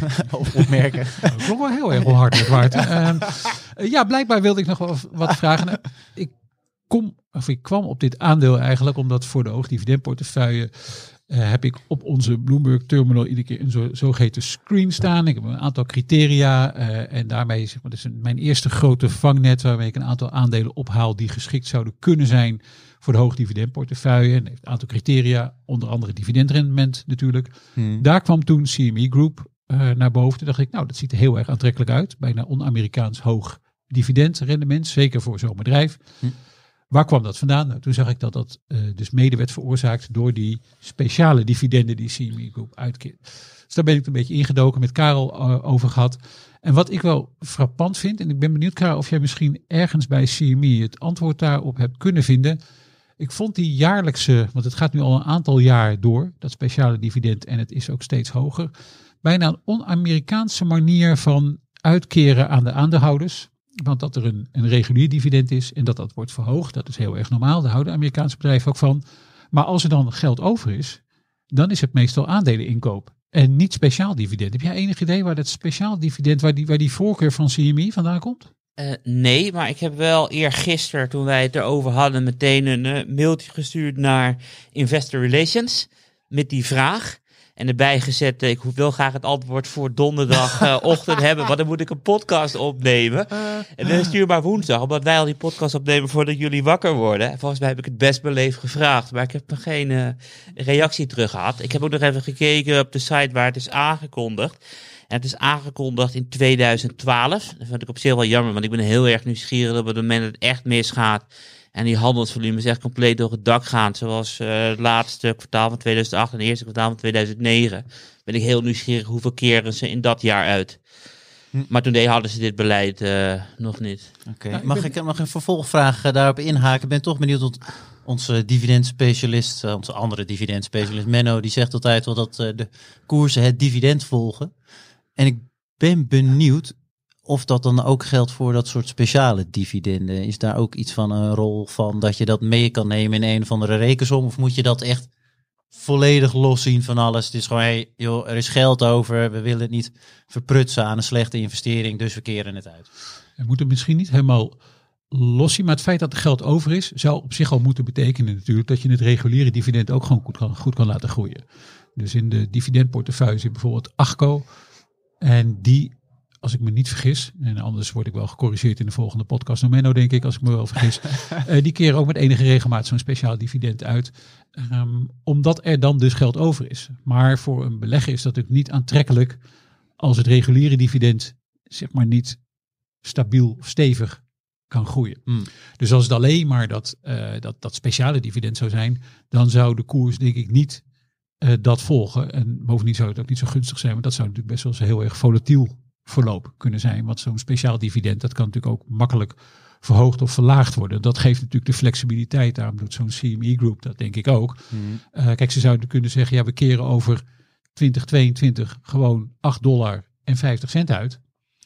of opmerken. Dat klonk wel heel erg onhartelijk, Maarten. Uh, uh, ja, blijkbaar wilde ik nog wel wat vragen. Uh, ik, kom, of ik kwam op dit aandeel eigenlijk omdat voor de hoogdividendportefeuille uh, heb ik op onze Bloomberg terminal iedere keer een zo, zogeheten screen staan. Ik heb een aantal criteria uh, en daarmee zeg maar, dat is een, mijn eerste grote vangnet waarmee ik een aantal aandelen ophaal die geschikt zouden kunnen zijn voor de hoogdividendportefeuille. En heeft een aantal criteria, onder andere dividendrendement natuurlijk. Hmm. Daar kwam toen C M E Group uh, naar boven. Toen dacht ik, nou, dat ziet er heel erg aantrekkelijk uit. Bijna on-Amerikaans hoog dividendrendement, zeker voor zo'n bedrijf. Hmm. Waar kwam dat vandaan? Nou, toen zag ik dat dat uh, dus mede werd veroorzaakt door die speciale dividenden die C M E Group uitkeert. Dus daar ben ik een beetje ingedoken, met Karel uh, over gehad. En wat ik wel frappant vind, en ik ben benieuwd, Karel, of jij misschien ergens bij C M E het antwoord daarop hebt kunnen vinden. Ik vond die jaarlijkse, want het gaat nu al een aantal jaar door, dat speciale dividend, en het is ook steeds hoger, bijna een on-Amerikaanse manier van uitkeren aan de aandeelhouders. Want dat er een, een regulier dividend is en dat dat wordt verhoogd, dat is heel erg normaal. Daar houden Amerikaanse bedrijven ook van. Maar als er dan geld over is, dan is het meestal aandeleninkoop en niet speciaal dividend. Heb jij enig idee waar dat speciaal dividend, waar die, waar die voorkeur van C M E vandaan komt? Uh, nee, maar ik heb wel eergisteren, toen wij het erover hadden, meteen een uh, mailtje gestuurd naar Investor Relations met die vraag. En erbij gezet, ik wil graag het antwoord voor donderdagochtend uh, hebben, want dan moet ik een podcast opnemen. Uh, en dan stuur maar woensdag, omdat wij al die podcast opnemen voordat jullie wakker worden. En volgens mij heb ik het best beleefd gevraagd, maar ik heb nog geen uh, reactie terug gehad. Ik heb ook nog even gekeken op de site waar het is aangekondigd. En het is aangekondigd in tweeduizend twaalf. Dat vind ik op zich wel jammer, want ik ben heel erg nieuwsgierig op het moment dat het echt misgaat. En die handelsvolumes echt compleet door het dak gaan. Zoals uh, het laatste kwartaal van tweeduizend acht en het eerste kwartaal van tweeduizend negen. Ben ik heel nieuwsgierig hoeveel keren ze in dat jaar uit. Hm. Maar toen deed, hadden ze dit beleid uh, nog niet. Okay. Ja, ik mag, ben... ik, mag ik een vervolgvraag uh, daarop inhaken? Ik ben toch benieuwd tot onze dividendspecialist, uh, onze andere dividendspecialist Menno, die zegt altijd wel dat uh, de koersen het dividend volgen. En ik ben benieuwd of dat dan ook geldt voor dat soort speciale dividenden. Is daar ook iets van een rol van dat je dat mee kan nemen in een of andere rekensom? Of moet je dat echt volledig loszien van alles? Het is gewoon, hey, joh, er is geld over. We willen het niet verprutsen aan een slechte investering, dus we keren het uit. We moeten misschien niet helemaal loszien, maar het feit dat er geld over is, zou op zich al moeten betekenen natuurlijk dat je het reguliere dividend ook gewoon goed kan, goed kan laten groeien. Dus in de dividendportefeuille zit bijvoorbeeld Agco. En die, als ik me niet vergis, en anders word ik wel gecorrigeerd in de volgende podcast door Menno, denk ik, als ik me wel vergis, uh, die keren ook met enige regelmaat zo'n speciaal dividend uit. Um, omdat er dan dus geld over is. Maar voor een belegger is dat natuurlijk niet aantrekkelijk als het reguliere dividend, zeg maar, niet stabiel of stevig kan groeien. Hmm. Dus als het alleen maar dat, uh, dat, dat speciale dividend zou zijn, dan zou de koers denk ik niet uh, dat volgen. En bovendien zou het ook niet zo gunstig zijn, want dat zou natuurlijk best wel eens heel erg volatiel verloop kunnen zijn. Want zo'n speciaal dividend, dat kan natuurlijk ook makkelijk verhoogd of verlaagd worden. Dat geeft natuurlijk de flexibiliteit. Daarom doet zo'n C M E Group dat denk ik ook. Hmm. Uh, kijk, ze zouden kunnen zeggen, ja, we keren over twintig tweeëntwintig gewoon acht dollar en vijftig cent uit.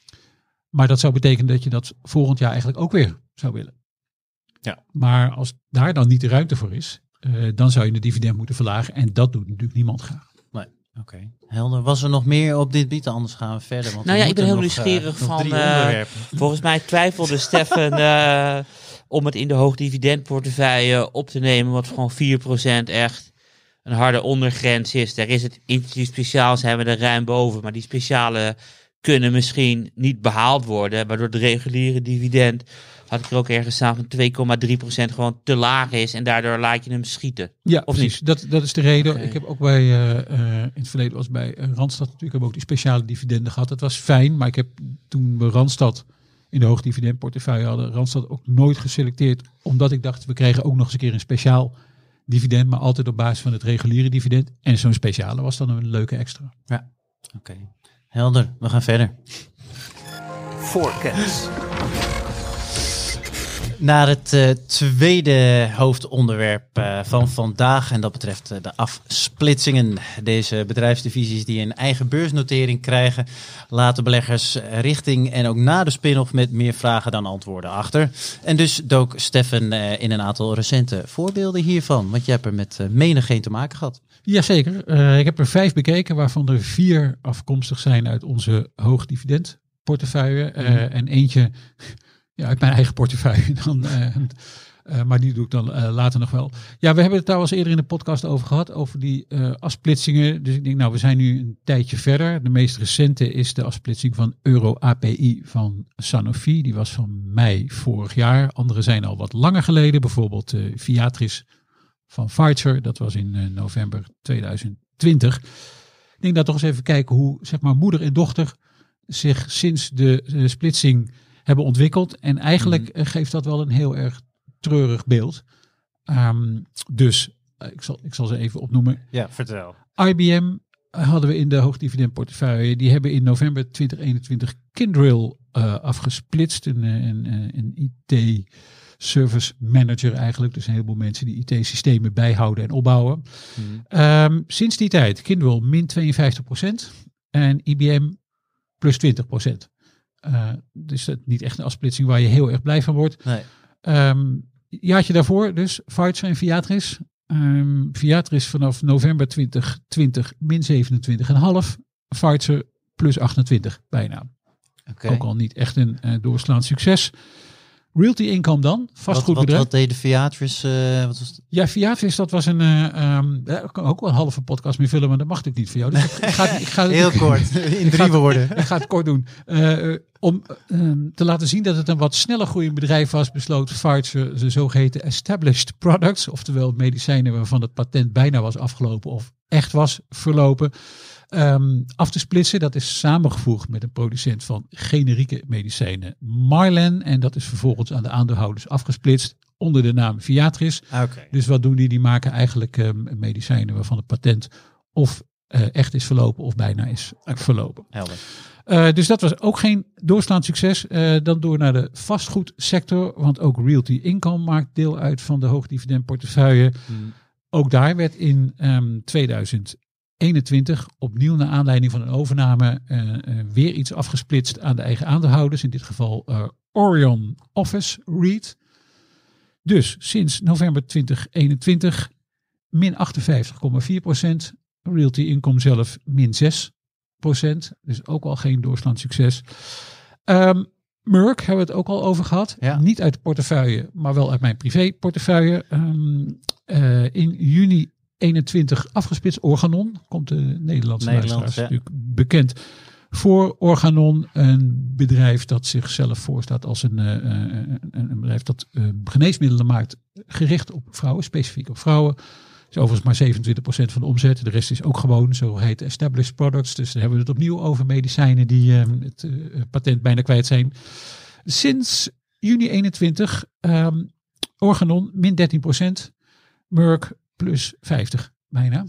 Maar dat zou betekenen dat je dat volgend jaar eigenlijk ook weer zou willen. Ja. Maar als daar dan niet de ruimte voor is, uh, dan zou je de dividend moeten verlagen. En dat doet natuurlijk niemand graag. Nee, oké. Okay. Helder. Was er nog meer op dit gebied? Anders gaan we verder. Want Nou we ja, ik ben heel nog, nieuwsgierig uh, nog van, drie uh, onderwerpen. volgens mij twijfelde Stefan uh, om het in de hoogdividendportefeuille op te nemen, wat gewoon vier procent echt een harde ondergrens is. Daar is het instituut speciaal, zijn we er ruim boven, maar die speciale kunnen misschien niet behaald worden, waardoor de reguliere dividend, had ik er ook ergens staan, van twee komma drie procent gewoon te laag is en daardoor laat je hem schieten. Ja, of precies. Niet? Dat, dat is de reden. Okay. Ik heb ook bij, uh, uh, in het verleden was bij Randstad natuurlijk, hebben we ook die speciale dividenden gehad. Dat was fijn, maar ik heb toen we Randstad in de hoogdividendportefeuille hadden, Randstad ook nooit geselecteerd, omdat ik dacht, we kregen ook nog eens een keer een speciaal dividend, maar altijd op basis van het reguliere dividend. En zo'n speciale was dan een leuke extra. Ja, oké. Okay. Helder, we gaan verder. Voorkennis. Naar het uh, tweede hoofdonderwerp uh, van vandaag. En dat betreft uh, de afsplitsingen. Deze bedrijfsdivisies die een eigen beursnotering krijgen, laten beleggers richting en ook na de spin-off met meer vragen dan antwoorden achter. En dus dook Stefan uh, in een aantal recente voorbeelden hiervan. Want je hebt er met uh, menigeen te maken gehad. Jazeker. Uh, ik heb er vijf bekeken, waarvan er vier afkomstig zijn uit onze hoogdividendportefeuille. Uh, mm. En eentje ja, uit mijn eigen portefeuille. Dan, uh, uh, maar die doe ik dan uh, later nog wel. Ja, we hebben het daar al eens eerder in de podcast over gehad. Over die uh, afsplitsingen. Dus ik denk, nou, we zijn nu een tijdje verder. De meest recente is de afsplitsing van Euro-A P I van Sanofi. Die was van mei vorig jaar. Andere zijn al wat langer geleden. Bijvoorbeeld uh, Viatris van Pfizer. Dat was in uh, november tweeduizend twintig. Ik denk dat toch eens even kijken hoe, zeg maar, moeder en dochter zich sinds de uh, splitsing hebben ontwikkeld. En eigenlijk mm. uh, geeft dat wel een heel erg treurig beeld. Um, dus uh, ik, zal, ik zal ze even opnoemen. Ja, vertel. I B M hadden we in de hoogdividendportefeuille. Die hebben in november tweeduizend eenentwintig Kyndryl uh, afgesplitst. Een, een, een I T service manager eigenlijk. Dus een heleboel mensen die I T-systemen bijhouden en opbouwen. Mm. Um, sinds die tijd Kyndryl min tweeënvijftig procent en I B M plus twintig procent. Uh, dus dat niet echt een afsplitsing waar je heel erg blij van wordt. Nee. Um, jaartje daarvoor dus Pfizer en Viatris. Um, Viatris vanaf november tweeduizend twintig min zevenentwintig komma vijf. Pfizer plus achtentwintig bijna. Okay. Ook al niet echt een uh, doorslaand succes. Realty Income dan, vastgoedbedrijf. Wat, wat, wat deed de Viatris? Uh, wat was het? Ja, Viatris, dat was een, uh, um, ik kan ook wel een halve podcast mee vullen, maar dat mag ik niet voor jou. Dus ik, ik ga, ik ga, Heel ik, kort, in drie woorden. Ik ga het kort doen. Uh, om uh, te laten zien dat het een wat sneller groeiend bedrijf was, besloot Pfizer de zogeheten established products, oftewel medicijnen waarvan het patent bijna was afgelopen of echt was verlopen, Um, af te splitsen. Dat is samengevoegd met een producent van generieke medicijnen, Mylan. En dat is vervolgens aan de aandeelhouders afgesplitst onder de naam Viatris. Okay. Dus wat doen die? Die maken eigenlijk um, medicijnen waarvan het patent of uh, echt is verlopen of bijna is okay. verlopen. Helder. Uh, dus dat was ook geen doorslaand succes. Uh, dan door naar de vastgoedsector. Want ook Realty Income maakt deel uit van de hoogdividendportefeuille. Hmm. Ook daar werd in um, tweeduizend eenentwintig opnieuw naar aanleiding van een overname uh, uh, weer iets afgesplitst aan de eigen aandeelhouders. In dit geval uh, Orion Office REIT. Dus sinds november twintig eenentwintig min achtenvijftig komma vier procent. Realty Income zelf min zes procent. Dus ook al geen doorslaand succes. Um, Merck hebben we het ook al over gehad. Ja. Niet uit de portefeuille, maar wel uit mijn privé portefeuille. Um, uh, in juni eenentwintig afgesplitst. Organon. Komt de Nederlandse luisteraars ja. natuurlijk bekend voor. Organon, een bedrijf dat zichzelf voorstaat als een, uh, een, een bedrijf dat uh, geneesmiddelen maakt gericht op vrouwen, specifiek op vrouwen. Is overigens maar zevenentwintig procent van de omzet. De rest is ook gewoon, zo heet established products. Dus dan hebben we het opnieuw over medicijnen die uh, het uh, patent bijna kwijt zijn. Sinds juni eenentwintig, um, Organon min dertien procent. Merck plus vijftig bijna.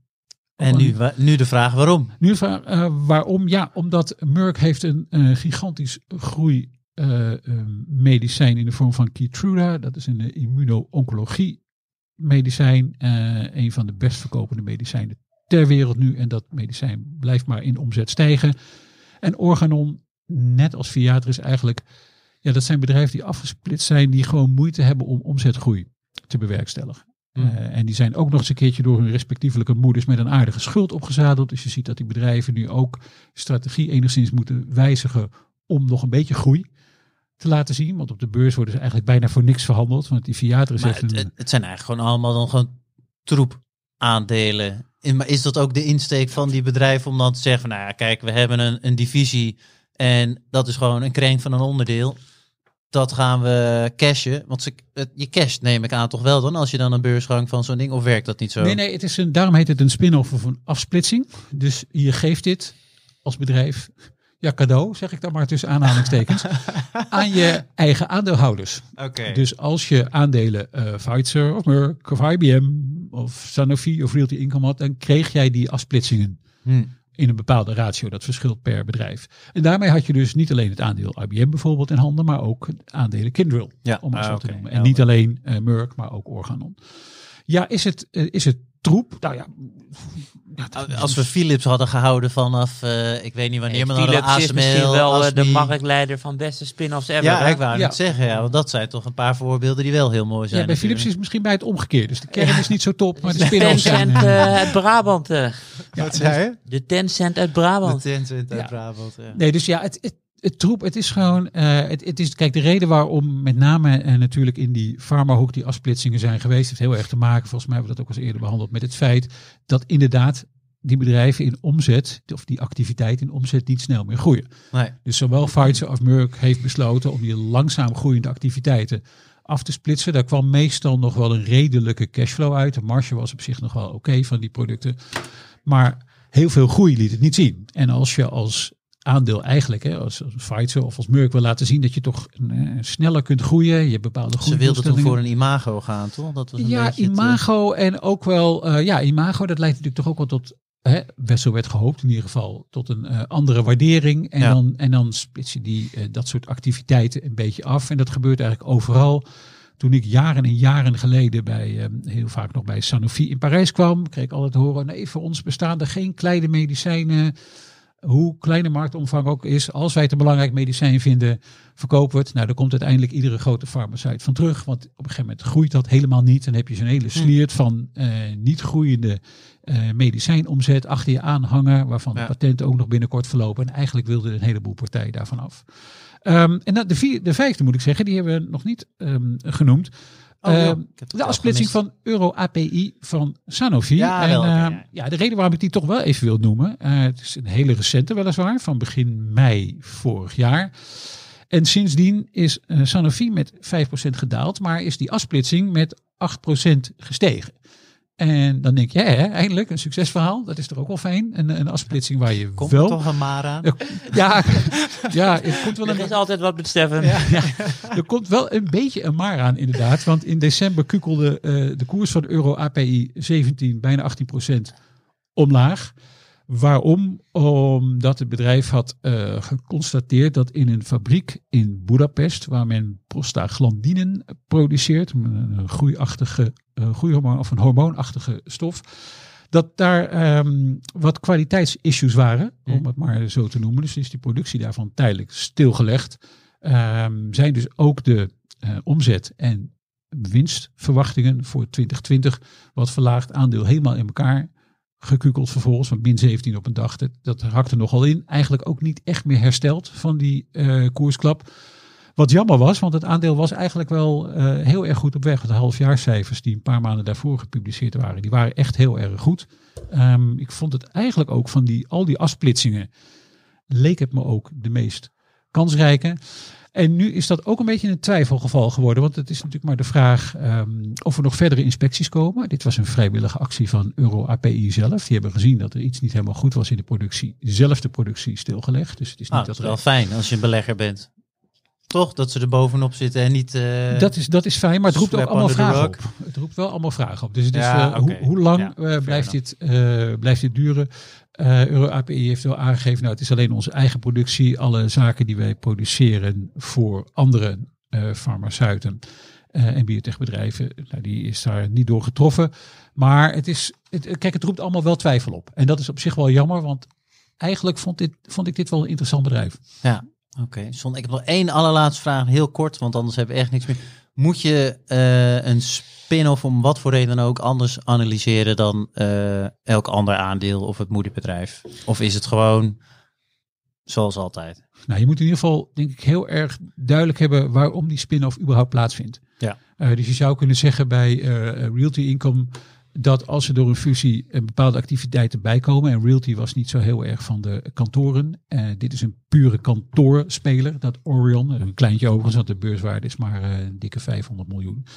En nu, nu de vraag waarom? Nu de vraag uh, waarom? Ja, omdat Merck heeft een uh, gigantisch groei uh, um, medicijn in de vorm van Keytruda. Dat is een uh, immuno-oncologie medicijn. Uh, een van de best verkopende medicijnen ter wereld nu. En dat medicijn blijft maar in omzet stijgen. En Organon, net als Viatris eigenlijk, ja, dat zijn bedrijven die afgesplitst zijn, die gewoon moeite hebben om omzetgroei te bewerkstelligen. Uh, en die zijn ook nog eens een keertje door hun respectievelijke moeders met een aardige schuld opgezadeld. Dus je ziet dat die bedrijven nu ook strategie enigszins moeten wijzigen om nog een beetje groei te laten zien. Want op de beurs worden ze eigenlijk bijna voor niks verhandeld. Want die Viatris heeft het, een... het zijn eigenlijk gewoon allemaal dan gewoon troep aandelen. Maar is dat ook de insteek van die bedrijven om dan te zeggen van, nou ja, kijk, we hebben een, een divisie en dat is gewoon een krenk van een onderdeel. Dat gaan we cashen. Want ze, het, je casht neem ik aan toch wel dan als je dan een beursgang van zo'n ding, of werkt dat niet zo? Nee, nee, het is een, daarom heet het een spin-off of een afsplitsing. Dus je geeft dit als bedrijf, ja, cadeau, zeg ik dan maar tussen aanhalingstekens, aan je eigen aandeelhouders. Okay. Dus als je aandelen uh, Pfizer of Merck of I B M of Sanofi of Realty Income had, dan kreeg jij die afsplitsingen. Hmm. In een bepaalde ratio, dat verschilt per bedrijf. En daarmee had je dus niet alleen het aandeel I B M bijvoorbeeld in handen, maar ook aandelen Kyndryl, ja, om het ah, zo okay. te noemen. En ja, niet alleen uh, Merck, maar ook Organon. Ja, is het, uh, is het troep? Nou ja. ja Als we Philips hadden gehouden vanaf, uh, ik weet niet wanneer, maar Philips A S M L, is misschien wel Asmi. de marktleider van beste spin-offs ever. Ja, ik wou ja. het zeggen, ja, want dat zijn toch een paar voorbeelden die wel heel mooi zijn. Ja, bij natuurlijk. Philips is het misschien bij het omgekeerd. Dus de kern ja. is niet zo top, maar de, de spin-offs zijn... Tencent uh, uit Brabant. Uh. Ja, wat zei je? De Tencent uit Brabant. De Tencent uit ja. Brabant, ja. Nee, dus ja, het... het Het troep, het is gewoon, uh, het, het is, kijk, de reden waarom met name uh, natuurlijk in die farmahoek die afsplitsingen zijn geweest, heeft heel erg te maken, volgens mij hebben we dat ook al eens eerder behandeld, met het feit dat inderdaad die bedrijven in omzet, of die activiteit in omzet niet snel meer groeien. Nee. Dus zowel Pfizer als Merck heeft besloten om die langzaam groeiende activiteiten af te splitsen. Daar kwam meestal nog wel een redelijke cashflow uit. De marge was op zich nog wel oké okay van die producten. Maar heel veel groei liet het niet zien. En als je als aandeel eigenlijk, hè, als, als Pfizer of als Merck wil laten zien dat je toch uh, sneller kunt groeien. Je hebt bepaalde Ze wilden toen voor een imago gaan, toch? Dat was een ja, imago het, uh... en ook wel, uh, ja, imago, dat leidt natuurlijk toch ook wel tot, hè, Wessel werd gehoopt in ieder geval, tot een uh, andere waardering. En, ja. dan, en dan splits je die, uh, dat soort activiteiten een beetje af. En dat gebeurt eigenlijk overal. Toen ik jaren en jaren geleden bij, uh, heel vaak nog bij Sanofi in Parijs kwam, kreeg ik altijd te horen, nee, voor ons bestaan er geen kleine medicijnen. Hoe klein de marktomvang ook is, als wij het een belangrijk medicijn vinden, verkopen we het. Nou, daar komt uiteindelijk iedere grote farmaceut van terug. Want op een gegeven moment groeit dat helemaal niet. Dan heb je zo'n hele sliert van uh, niet groeiende uh, medicijnomzet achter je aanhangen, waarvan ja. de patenten ook nog binnenkort verlopen. En eigenlijk wilden een heleboel partijen daarvan af. Um, en de, vier, de vijfde moet ik zeggen, die hebben we nog niet um, genoemd. Oh, uh, de afsplitsing van Euro-A P I van Sanofi. Ja, en, wel, uh, ja. ja, de reden waarom ik die toch wel even wil noemen. Uh, het is een hele recente weliswaar, van begin mei vorig jaar. En sindsdien is uh, Sanofi met vijf procent gedaald, maar is die afsplitsing met acht procent gestegen. En dan denk je, hè, eindelijk een succesverhaal. Dat is toch ook wel fijn. Een, een afsplitsing waar je komt wel... Komt er toch een maar aan? Ja, ja, het komt wel een... Er is altijd wat met Stefan. Ja, ja, er komt wel een beetje een maar aan inderdaad. Want in december kukelde uh, de koers van Euro-A P I zeventien, bijna achttien procent omlaag. Waarom? Omdat het bedrijf had uh, geconstateerd dat in een fabriek in Budapest, waar men prostaglandinen produceert, een groeiachtige, uh, groeihormoon of een hormoonachtige stof, dat daar um, wat kwaliteitsissues waren, om mm. het maar zo te noemen. Dus is die productie daarvan tijdelijk stilgelegd. Um, zijn dus ook de uh, omzet en winstverwachtingen voor twintig twintig wat verlaagd, aandeel helemaal in elkaar gekukeld vervolgens, van min zeventien op een dag. Dat, dat hakte nogal in. Eigenlijk ook niet echt meer hersteld van die uh, koersklap. Wat jammer was, want het aandeel was eigenlijk wel uh, heel erg goed op weg. De halfjaarscijfers die een paar maanden daarvoor gepubliceerd waren, die waren echt heel erg goed. Um, ik vond het eigenlijk ook van die, al die afsplitsingen, leek het me ook de meest kansrijke. En nu is dat ook een beetje een twijfelgeval geworden. Want het is natuurlijk maar de vraag um, of er nog verdere inspecties komen. Dit was een vrijwillige actie van Euro A P I zelf. Die hebben gezien dat er iets niet helemaal goed was in de productie. Zelf de productie stilgelegd. Dus het is niet ah, dat dat is wel fijn als je een belegger bent. Toch? Dat ze er bovenop zitten en niet... Uh, dat, is, dat is fijn, maar het roept ook allemaal vragen op. Het roept wel allemaal vragen op. Dus het is, ja, uh, okay. hoe, hoe lang ja, uh, blijft, dit, uh, blijft dit duren? Uh, Euro A P I heeft wel aangegeven, nou het is alleen onze eigen productie. Alle zaken die wij produceren voor andere uh, farmaceuten uh, en biotechbedrijven, nou, die is daar niet door getroffen. Maar het is, het, kijk, het roept allemaal wel twijfel op. En dat is op zich wel jammer, want eigenlijk vond, dit, vond ik dit wel een interessant bedrijf. Ja. Oké, okay. Ik heb nog één allerlaatste vraag, heel kort, want anders hebben we echt niks meer. Moet je uh, een spin-off om wat voor reden dan ook anders analyseren dan uh, elk ander aandeel of het moederbedrijf? Of is het gewoon zoals altijd? Nou, je moet in ieder geval, denk ik, heel erg duidelijk hebben waarom die spin-off überhaupt plaatsvindt. Ja. Uh, dus je zou kunnen zeggen bij uh, Realty Income dat als er door een fusie een bepaalde activiteiten bijkomen, en Realty was niet zo heel erg van de kantoren. Uh, dit is een pure kantoorspeler, dat Orion, een kleintje overigens, want de beurswaarde is maar uh, een dikke vijfhonderd miljoen.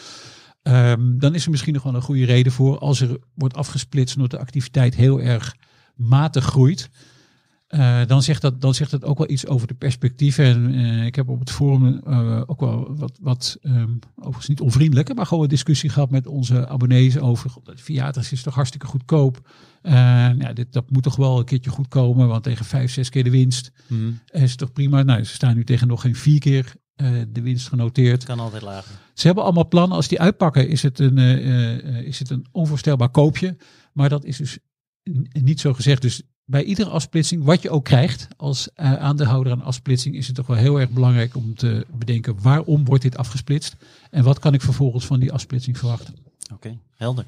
Um, dan is er misschien nog wel een goede reden voor, als er wordt afgesplitst omdat de activiteit heel erg matig groeit. Uh, dan, zegt dat, dan zegt dat ook wel iets over de perspectieven. En uh, ik heb op het forum uh, ook wel wat, wat um, overigens niet onvriendelijke, maar gewoon een discussie gehad met onze abonnees over, Viatris is toch hartstikke goedkoop. Uh, ja, dit, dat moet toch wel een keertje goed komen, want tegen vijf, zes keer de winst hmm. is het toch prima. Nou, ze staan nu tegen nog geen vier keer uh, de winst genoteerd. Kan altijd lager. Ze hebben allemaal plannen. Als die uitpakken is het een, uh, uh, is het een onvoorstelbaar koopje. Maar dat is dus n- niet zo gezegd. Dus bij iedere afsplitsing, wat je ook krijgt als uh, aandeelhouder aan afsplitsing, is het toch wel heel erg belangrijk om te bedenken waarom wordt dit afgesplitst en wat kan ik vervolgens van die afsplitsing verwachten. Oké, okay, helder.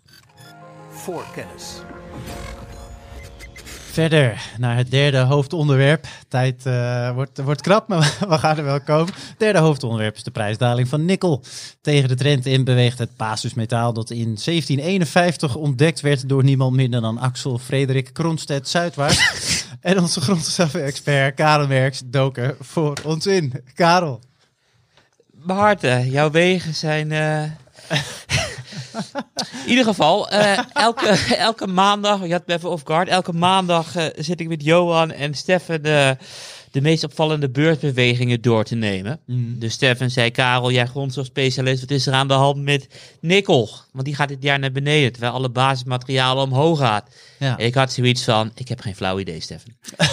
Voorkennis. Verder naar het derde hoofdonderwerp. Tijd uh, wordt, wordt krap, maar we gaan er wel komen. Het derde hoofdonderwerp is de prijsdaling van nikkel. Tegen de trend in beweegt het basismetaal dat in zeventien eenenvijftig ontdekt werd door niemand minder dan Axel Frederik Kronstedt Zuidwaard. En onze grondstoffen-expert Karel Merks doken voor ons in. Karel. Barte, jouw wegen zijn... Uh... In ieder geval, uh, elke, elke maandag, je had me even off guard, elke maandag uh, zit ik met Johan en Stefan uh, de meest opvallende beursbewegingen door te nemen. Mm. Dus Stefan zei, Karel, jij grondstofspecialist, wat is er aan de hand met nikkel? Want die gaat dit jaar naar beneden, terwijl alle basismaterialen omhoog gaat. Ja. En ik had zoiets van, ik heb geen flauw idee, Stefan.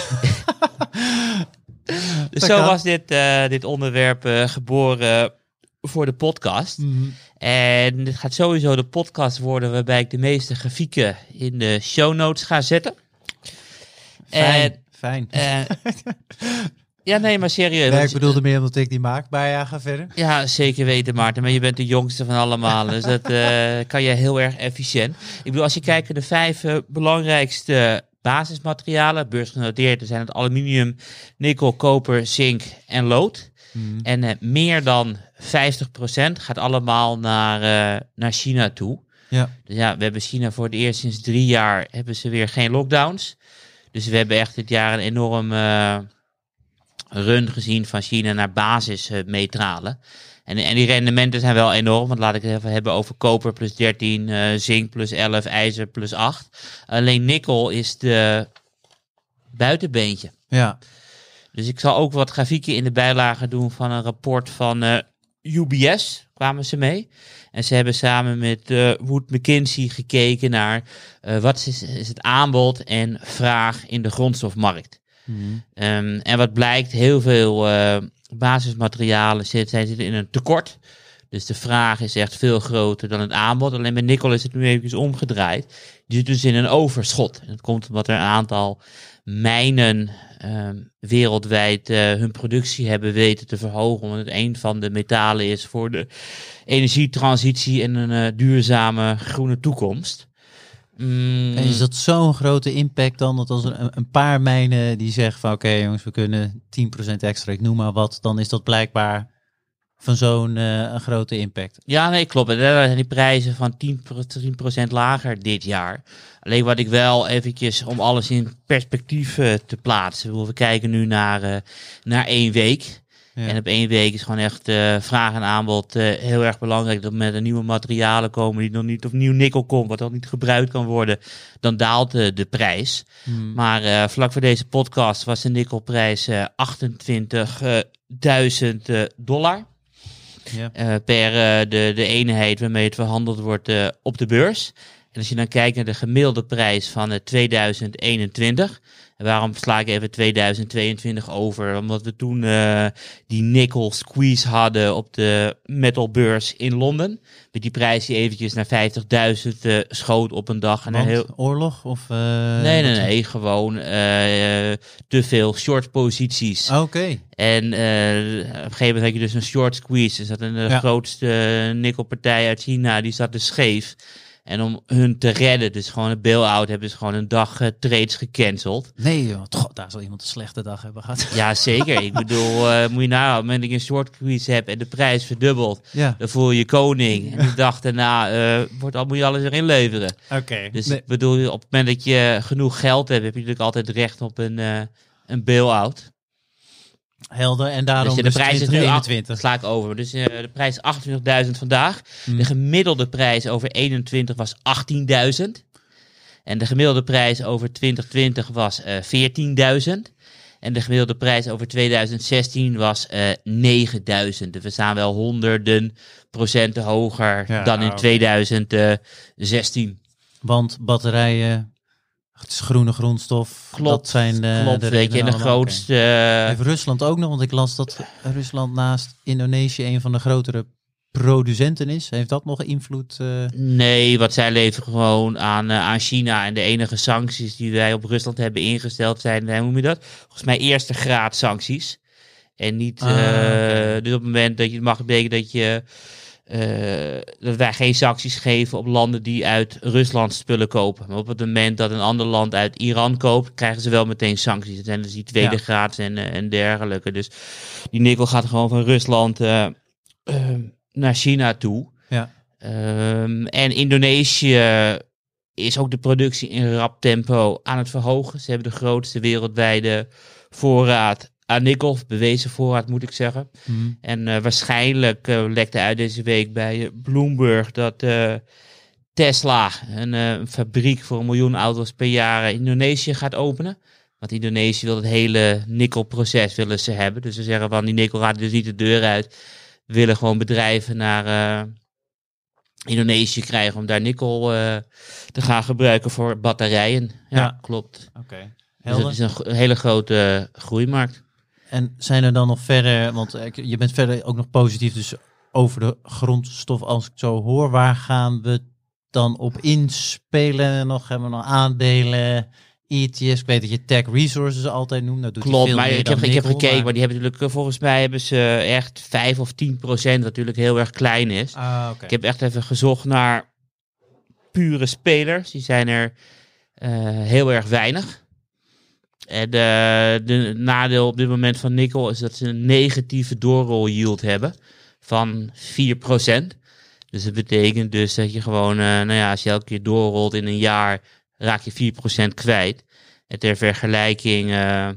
Dus zo was dit, uh, dit onderwerp uh, geboren voor de podcast. Mm-hmm. En dit gaat sowieso de podcast worden waarbij ik de meeste grafieken in de show notes ga zetten. Fijn, en, fijn. Uh, ja, nee, maar serieus. Nee, ik bedoelde meer omdat ik die maak, maar ja, ga verder. Ja, zeker weten, Maarten. Maar je bent de jongste van allemaal, dus dat uh, kan je heel erg efficiënt. Ik bedoel, als je kijkt naar de vijf uh, belangrijkste basismaterialen, beursgenoteerd, zijn het aluminium, nikkel, koper, zink en lood. Hmm. En uh, meer dan vijftig procent gaat allemaal naar, uh, naar China toe. Ja. Dus ja, we hebben China voor het eerst sinds drie jaar hebben ze weer geen lockdowns. Dus we hebben echt dit jaar een enorm uh, run gezien van China naar basismetralen. En, en die rendementen zijn wel enorm, want laat ik het even hebben over koper plus dertien, uh, zink plus elf, ijzer plus acht. Alleen nikkel is de buitenbeentje. Ja. Dus ik zal ook wat grafieken in de bijlage doen van een rapport van uh, U B S kwamen ze mee. En ze hebben samen met uh, Wood Mackenzie gekeken naar uh, wat is, is het aanbod en vraag in de grondstofmarkt. Mm. Um, en wat blijkt, heel veel uh, basismaterialen zitten, zitten in een tekort. Dus de vraag is echt veel groter dan het aanbod. Alleen bij nikkel is het nu even omgedraaid. Die zit dus in een overschot. En dat komt omdat er een aantal mijnen uh, wereldwijd uh, hun productie hebben weten te verhogen. Omdat het een van de metalen is voor de energietransitie en een uh, duurzame groene toekomst. Mm. En is dat zo'n grote impact dan, dat als een, een paar mijnen die zeggen van oké okay, jongens, we kunnen tien procent extra, ik noem maar wat, dan is dat blijkbaar van zo'n uh, een grote impact. Ja, nee, klopt. En daar zijn die prijzen van tien procent lager dit jaar. Alleen wat ik wel eventjes, om alles in perspectief uh, te plaatsen, we kijken nu naar, uh, naar één week. Ja. En op één week is gewoon echt uh, vraag en aanbod uh, heel erg belangrijk. Dat met er nieuwe materialen komen die nog niet, of nieuw nikkel komt, wat al niet gebruikt kan worden, dan daalt uh, de prijs. Hmm. Maar uh, vlak voor deze podcast was de nikkelprijs uh, achtentwintigduizend uh, dollar. Ja. Uh, per uh, de, de eenheid waarmee het verhandeld wordt uh, op de beurs. En als je dan kijkt naar de gemiddelde prijs van uh, tweeduizend eenentwintig... En waarom sla ik even tweeduizend tweeëntwintig over? Omdat we toen uh, die nickel squeeze hadden op de metalbeurs in Londen. Met die prijs die eventjes naar vijftigduizend uh, schoot op een dag. En Want, heel... oorlog? Of, uh, nee, nee, nee. Gewoon uh, te veel short posities. Oké. Okay. En uh, op een gegeven moment had je dus een short squeeze. Dus dat een de ja. grootste uh, nikkelpartij uit China, die zat dus scheef. En om hun te redden, dus gewoon een bail-out, hebben ze gewoon een dag uh, trades gecanceld. Nee joh, toch, daar zal iemand een slechte dag hebben gehad. Ja, zeker. Ik bedoel, uh, moet je nou, op het moment dat je een short squeeze hebt en de prijs verdubbelt, ja. dan voel je je koning. En de dag daarna uh, wordt al, moet je alles erin leveren. Oké. Okay. Dus nee. ik bedoel, op het moment dat je genoeg geld hebt, heb je natuurlijk altijd recht op een, uh, een bail-out. Helder, en daarom dus, ja, de prijs is nu eenentwintig. Sla ik over. Dus uh, de prijs achtentwintigduizend vandaag. Hmm. De gemiddelde prijs over eenentwintig was achttienduizend. En de gemiddelde prijs over twintig twintig was uh, veertienduizend. En de gemiddelde prijs over tweeduizend zestien was uh, negenduizend. Dus we staan wel honderden procenten hoger ja, dan in okay. tweeduizend zestien. Want batterijen... Het is groene grondstof. Klopt, dat zijn de, klopt, de weet je, en de grootste... Uh... Heeft Rusland ook nog, want ik las dat Rusland naast Indonesië een van de grotere producenten is. Heeft dat nog invloed? Uh... Nee, wat zij leveren gewoon aan, uh, aan China. En de enige sancties die wij op Rusland hebben ingesteld zijn, hoe noem je dat? Volgens mij eerste graad sancties. En niet, uh, ah, okay. Dus op het moment dat je, het mag betekenen dat je... Uh, dat wij geen sancties geven op landen die uit Rusland spullen kopen. Maar op het moment dat een ander land uit Iran koopt, krijgen ze wel meteen sancties. Dat zijn dus die tweede ja. graad en, uh, en dergelijke. Dus die nikkel gaat gewoon van Rusland uh, uh, naar China toe. Ja. Um, en Indonesië is ook de productie in rap tempo aan het verhogen. Ze hebben de grootste wereldwijde voorraad aan nikkel, bewezen voorraad moet ik zeggen. Mm. En uh, waarschijnlijk uh, lekte uit deze week bij uh, Bloomberg dat uh, Tesla een uh, fabriek voor een miljoen auto's per jaar in Indonesië gaat openen. Want Indonesië wil het hele nikkelproces willen ze hebben. Dus ze zeggen van die nikkel gaat dus niet de deur uit. We willen gewoon bedrijven naar uh, Indonesië krijgen om daar nikkel uh, te gaan gebruiken voor batterijen. Ja, ja. Klopt. Oké. Okay. Dus het is een, een hele grote uh, groeimarkt. En zijn er dan nog verder, want je bent verder ook nog positief dus over de grondstof als ik zo hoor. Waar gaan we dan op inspelen? Nog hebben we nog aandelen, E T F's? Ik weet dat je Tech Resources altijd noemt. Dat doet Klopt, veel maar meer ik heb, dan ik heb nikkel, gekeken, maar... maar die hebben natuurlijk, volgens mij hebben ze echt vijf of tien procent, wat natuurlijk heel erg klein is. Ah, okay. Ik heb echt even gezocht naar pure spelers. Die zijn er uh, heel erg weinig. En de, de nadeel op dit moment van nikkel is dat ze een negatieve doorroll yield hebben van vier procent. Dus dat betekent dus dat je gewoon, uh, nou ja, als je elke keer doorrolt in een jaar, raak je vier procent kwijt. En ter vergelijking, uh,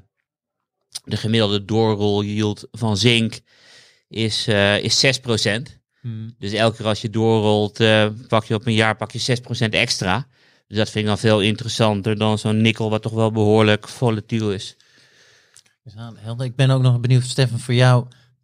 de gemiddelde doorroll yield van zink is, uh, is zes procent. Hmm. Dus elke keer als je doorrolt, uh, pak je op een jaar pak je zes procent extra. Dus dat vind ik dan veel interessanter dan zo'n nikkel wat toch wel behoorlijk volatiel is. Ik ben ook nog benieuwd, Stefan, voor jou.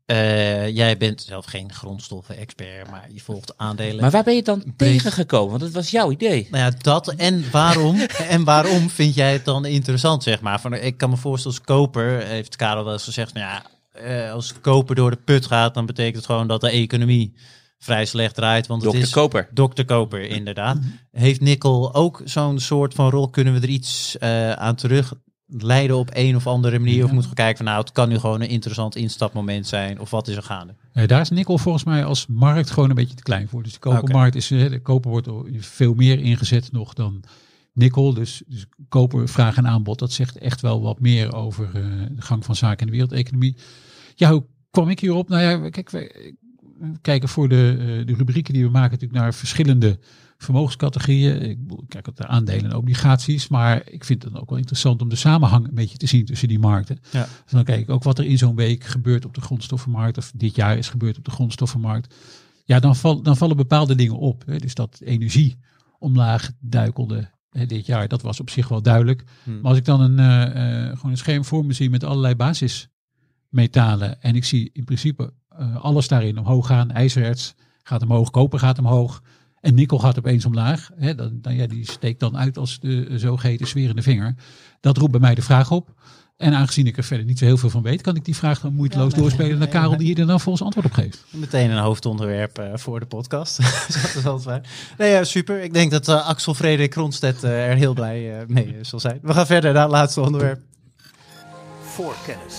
Uh, jij bent zelf geen grondstoffen-expert, maar je volgt aandelen. Maar waar ben je dan tegengekomen? Want het was jouw idee. Nou ja, dat en waarom en waarom vind jij het dan interessant, zeg maar? Van, ik kan me voorstellen als koper, heeft Karel wel eens gezegd, nou ja, uh, als koper door de put gaat, dan betekent het gewoon dat de economie vrij slecht draait. Want het dokter is Koper. dokter Koper, inderdaad. Heeft Nikkel ook zo'n soort van rol? Kunnen we er iets uh, aan terug leiden op een of andere manier? Of moeten we kijken van nou, het kan nu gewoon een interessant instapmoment zijn. Of wat is er gaande? Nee, daar is Nikkel volgens mij als markt gewoon een beetje te klein voor. Dus de kopermarkt is, de koper wordt veel meer ingezet nog dan nikkel. Dus, dus koper, vraag en aanbod, dat zegt echt wel wat meer over uh, de gang van zaken in de wereldeconomie. Ja, hoe kwam ik hierop? Nou ja, kijk, we kijken voor de, uh, de rubrieken die we maken natuurlijk naar verschillende vermogenscategorieën. Ik kijk op de aandelen en obligaties, maar ik vind het dan ook wel interessant om de samenhang een beetje te zien tussen die markten. Ja. Dus dan kijk ik ook wat er in zo'n week gebeurt op de grondstoffenmarkt, of dit jaar is gebeurd op de grondstoffenmarkt. Ja, dan, val, dan vallen bepaalde dingen op. Hè. Dus dat energie omlaag duikelde hè, dit jaar, dat was op zich wel duidelijk. Hmm. Maar als ik dan een, uh, uh, gewoon een scherm voor me zie met allerlei basismetalen en ik zie in principe uh, alles daarin omhoog gaan, ijzererts gaat omhoog, koper gaat omhoog, en nikkel gaat opeens omlaag. Hè, dan, dan, ja, die steekt dan uit als de zogeheten sferende vinger. Dat roept bij mij de vraag op. En aangezien ik er verder niet zo heel veel van weet, kan ik die vraag dan moeiteloos ja, nee, doorspelen nee, naar Karel, nee, die hier dan nou volgens antwoord op geeft. Meteen een hoofdonderwerp uh, voor de podcast. Dat is altijd fijn. Nee, ja, super. Ik denk dat uh, Axel Frederik Kronstedt uh, er heel blij uh, mee uh, zal zijn. We gaan verder naar het laatste onderwerp. Voorkennis.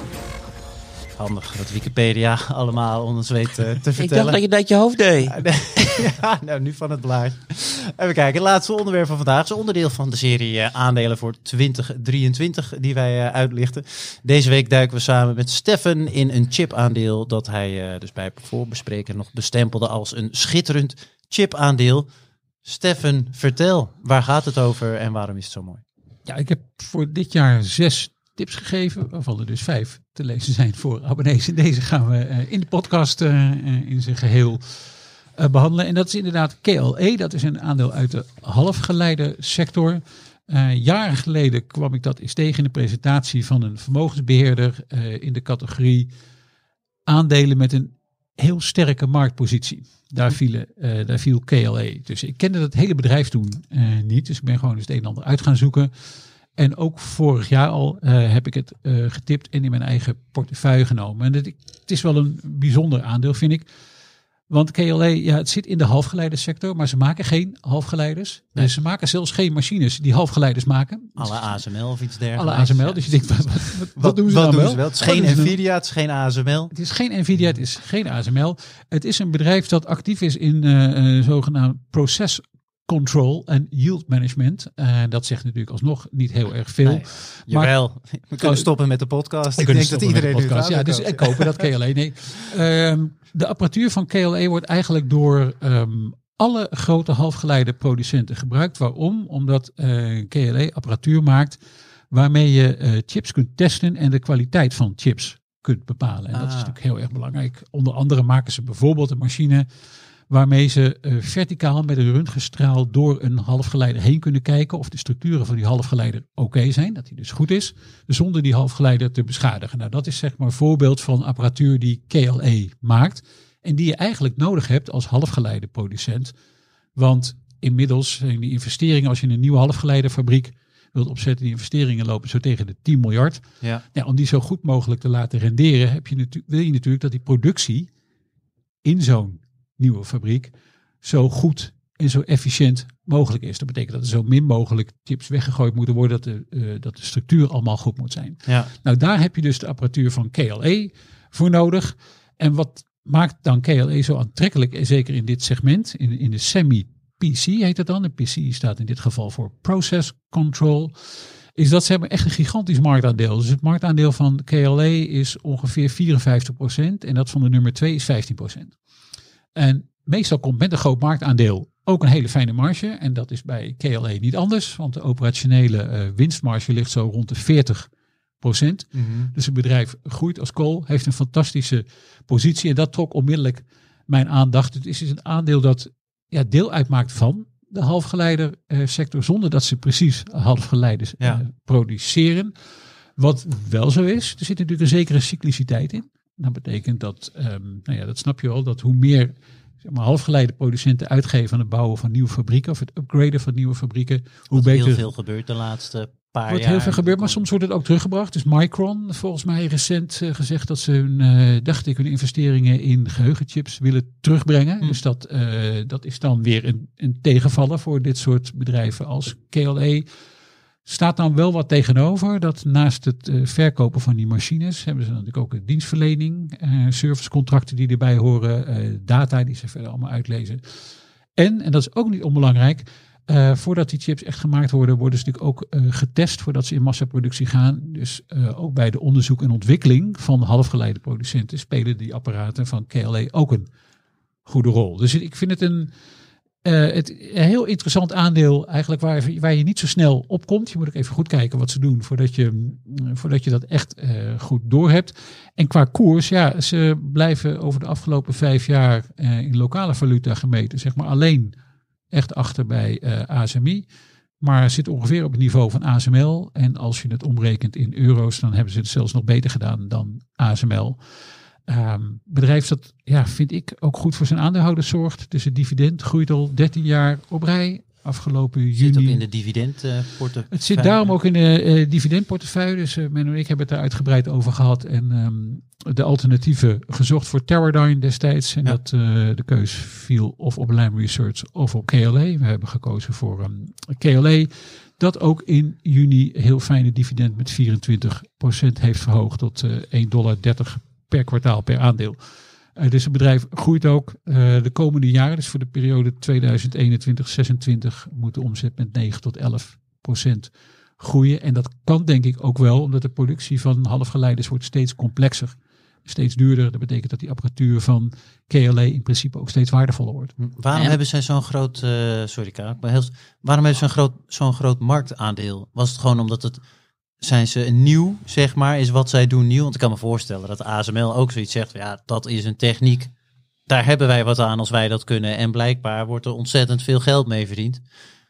Handig dat Wikipedia allemaal ons weet uh, te vertellen. Ik dacht dat je dat je hoofd deed. Ja, nee, ja, nou nu van het blaadje. Even kijken, het laatste onderwerp van vandaag is onderdeel van de serie uh, aandelen voor twintig drieëntwintig die wij uh, uitlichten. Deze week duiken we samen met Stefan in een chipaandeel dat hij uh, dus bij het voorbespreken nog bestempelde als een schitterend chipaandeel. Stefan, vertel, waar gaat het over en waarom is het zo mooi? Ja, ik heb voor dit jaar zes tips gegeven, waarvan er dus vijf te lezen zijn voor abonnees. En deze gaan we uh, in de podcast uh, uh, in zijn geheel uh, behandelen. En dat is inderdaad K L E. Dat is een aandeel uit de halfgeleide-sector. Uh, jaren geleden kwam ik dat eens tegen in de presentatie van een vermogensbeheerder uh, in de categorie aandelen met een heel sterke marktpositie. Daar, vielen, uh, daar viel K L E. Dus ik kende dat hele bedrijf toen uh, niet. Dus ik ben gewoon eens het een en ander uit gaan zoeken. En ook vorig jaar al uh, heb ik het uh, getipt en in mijn eigen portefeuille genomen. En het, het is wel een bijzonder aandeel, vind ik. Want K L E, ja, het zit in de halfgeleidensector, maar ze maken geen halfgeleiders. Nee. Dus ze maken zelfs geen machines die halfgeleiders maken. Alle A S M L of iets dergelijks. Alle A S M L, dus je denkt, wat, wat, wat, wat doen ze wat dan doen wel? Ze wel? Het is geen Nvidia, het is geen A S M L. Het is geen Nvidia, het is geen A S M L. Het is een bedrijf dat actief is in uh, uh, zogenaamd proces control en yield management. Uh, dat zegt natuurlijk alsnog niet heel erg veel. Nee, maar jawel, we kunnen stoppen met de podcast. Ik denk dat iedereen nu gaat. Ja, dus en kopen dat K L E. Nee. Um, de apparatuur van K L E wordt eigenlijk door um, alle grote halfgeleiderproducenten gebruikt. Waarom? Omdat uh, K L E apparatuur maakt waarmee je uh, chips kunt testen en de kwaliteit van chips kunt bepalen. En ah. dat is natuurlijk heel erg belangrijk. Onder andere maken ze bijvoorbeeld een machine waarmee ze uh, verticaal met een röntgenstraal door een halfgeleider heen kunnen kijken of de structuren van die halfgeleider oké okay zijn, dat die dus goed is, zonder die halfgeleider te beschadigen. Nou, dat is zeg maar een voorbeeld van apparatuur die K L E maakt en die je eigenlijk nodig hebt als halfgeleiderproducent. Want inmiddels zijn die investeringen, als je een nieuwe halfgeleiderfabriek wilt opzetten, die investeringen lopen zo tegen de tien miljard. Ja. Ja, om die zo goed mogelijk te laten renderen, heb je natu- wil je natuurlijk dat die productie in zo'n nieuwe fabriek zo goed en zo efficiënt mogelijk is. Dat betekent dat er zo min mogelijk chips weggegooid moeten worden, dat de, uh, dat de structuur allemaal goed moet zijn. Ja. Nou, daar heb je dus de apparatuur van K L E voor nodig. En wat maakt dan K L E zo aantrekkelijk, en zeker in dit segment, in, in de semi-P C heet het dan. De P C staat in dit geval voor Process Control. Is dat ze hebben echt een gigantisch marktaandeel. Dus het marktaandeel van K L E is ongeveer vierenvijftig procent en dat van de nummer twee is vijftien procent. En meestal komt met een groot marktaandeel ook een hele fijne marge. En dat is bij K L E niet anders. Want de operationele uh, winstmarge ligt zo rond de veertig procent. Mm-hmm. Dus het bedrijf groeit als kool. Heeft een fantastische positie. En dat trok onmiddellijk mijn aandacht. Het is dus een aandeel dat ja, deel uitmaakt van de halfgeleidersector. Uh, zonder dat ze precies halfgeleiders ja. uh, produceren. Wat wel zo is. Er zit natuurlijk een zekere cycliciteit in. dan betekent dat, um, nou ja, dat snap je wel, dat hoe meer zeg maar, halfgeleiderproducenten uitgeven aan het bouwen van nieuwe fabrieken of het upgraden van nieuwe fabrieken, hoe Wat beter. heel veel gebeurt de laatste paar jaar. wordt heel veel gebeurd, maar soms wordt het ook teruggebracht. Dus Micron, volgens mij recent uh, gezegd dat ze hun, uh, dacht ik, hun investeringen in geheugenchips willen terugbrengen. Hm. Dus dat, uh, dat is dan weer een, een tegenvaller voor dit soort bedrijven als K L A. Staat dan wel wat tegenover dat naast het uh, verkopen van die machines hebben ze natuurlijk ook een dienstverlening, uh, servicecontracten die erbij horen, uh, data die ze verder allemaal uitlezen. En, en dat is ook niet onbelangrijk, uh, voordat die chips echt gemaakt worden, worden ze natuurlijk ook uh, getest voordat ze in massaproductie gaan. Dus uh, ook bij de onderzoek en ontwikkeling van halfgeleiderproducenten spelen die apparaten van K L A ook een goede rol. Dus ik vind het een... Uh, het een heel interessant aandeel eigenlijk waar, waar je niet zo snel op komt. Je moet ook even goed kijken wat ze doen voordat je, voordat je dat echt uh, goed doorhebt. En qua koers, ja, ze blijven over de afgelopen vijf jaar uh, in lokale valuta gemeten. Zeg maar alleen echt achter bij uh, A S M I. Maar zit ongeveer op het niveau van A S M L. En als je het omrekent in euro's, dan hebben ze het zelfs nog beter gedaan dan A S M L. Um, bedrijf dat, ja, vind ik, ook goed voor zijn aandeelhouders zorgt. Dus het dividend groeit al dertien jaar op rij. Afgelopen juni. Zit ook in de dividendportefeuille. Het zit daarom ook in de uh, dividendportefeuille. Dus uh, Menno en ik hebben het daar uitgebreid over gehad. En um, de alternatieven gezocht voor Teradyne destijds. En ja. dat uh, de keus viel of op Lam Research of op K L A. We hebben gekozen voor um, K L A. Dat ook in juni heel fijne dividend met vierentwintig procent heeft verhoogd tot uh, één dollar dertig per kwartaal per aandeel. Uh, dus het bedrijf groeit ook uh, de komende jaren. Dus voor de periode tweeduizend eenentwintig tot zesentwintig moet de omzet met negen tot elf procent groeien. En dat kan denk ik ook wel, omdat de productie van halfgeleiders wordt steeds complexer, steeds duurder. Dat betekent dat die apparatuur van K L A in principe ook steeds waardevoller wordt. Waarom en... hebben zij zo'n groot, uh, sorry Karel, maar heel, waarom hebben ze zo'n groot, zo'n groot marktaandeel? Was het gewoon omdat het Zijn ze nieuw, zeg maar? Is wat zij doen nieuw? Want ik kan me voorstellen dat A S M L ook zoiets zegt. Ja, dat is een techniek. Daar hebben wij wat aan als wij dat kunnen. En blijkbaar wordt er ontzettend veel geld mee verdiend.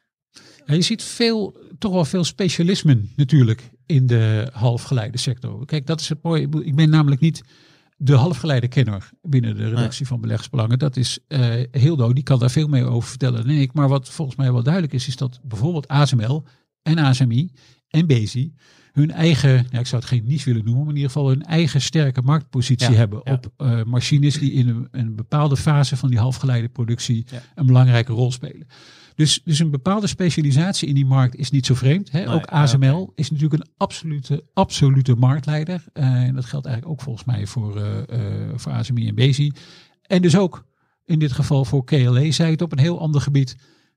Ja, je ziet veel, toch wel veel specialismen natuurlijk in de halfgeleidensector. Kijk, dat is het mooie. Ik ben namelijk niet de halfgeleiderkenner binnen de redactie nee. van Beleggersbelangen. Dat is uh, Hildo, die kan daar veel meer over vertellen dan ik. Maar wat volgens mij wel duidelijk is, is dat bijvoorbeeld A S M L en A S M I en Besi hun eigen, nou, ik zou het geen niche willen noemen, maar in ieder geval hun eigen sterke marktpositie ja, hebben ja. op uh, machines die in een, een bepaalde fase van die halfgeleiderproductie ja. een belangrijke rol spelen. Dus, dus een bepaalde specialisatie in die markt is niet zo vreemd. Hè? Nee, ook A S M L okay. is natuurlijk een absolute, absolute marktleider. Uh, en dat geldt eigenlijk ook volgens mij voor, uh, uh, voor A S M I en Besi. En dus ook in dit geval voor K L A, zij het op een heel ander gebied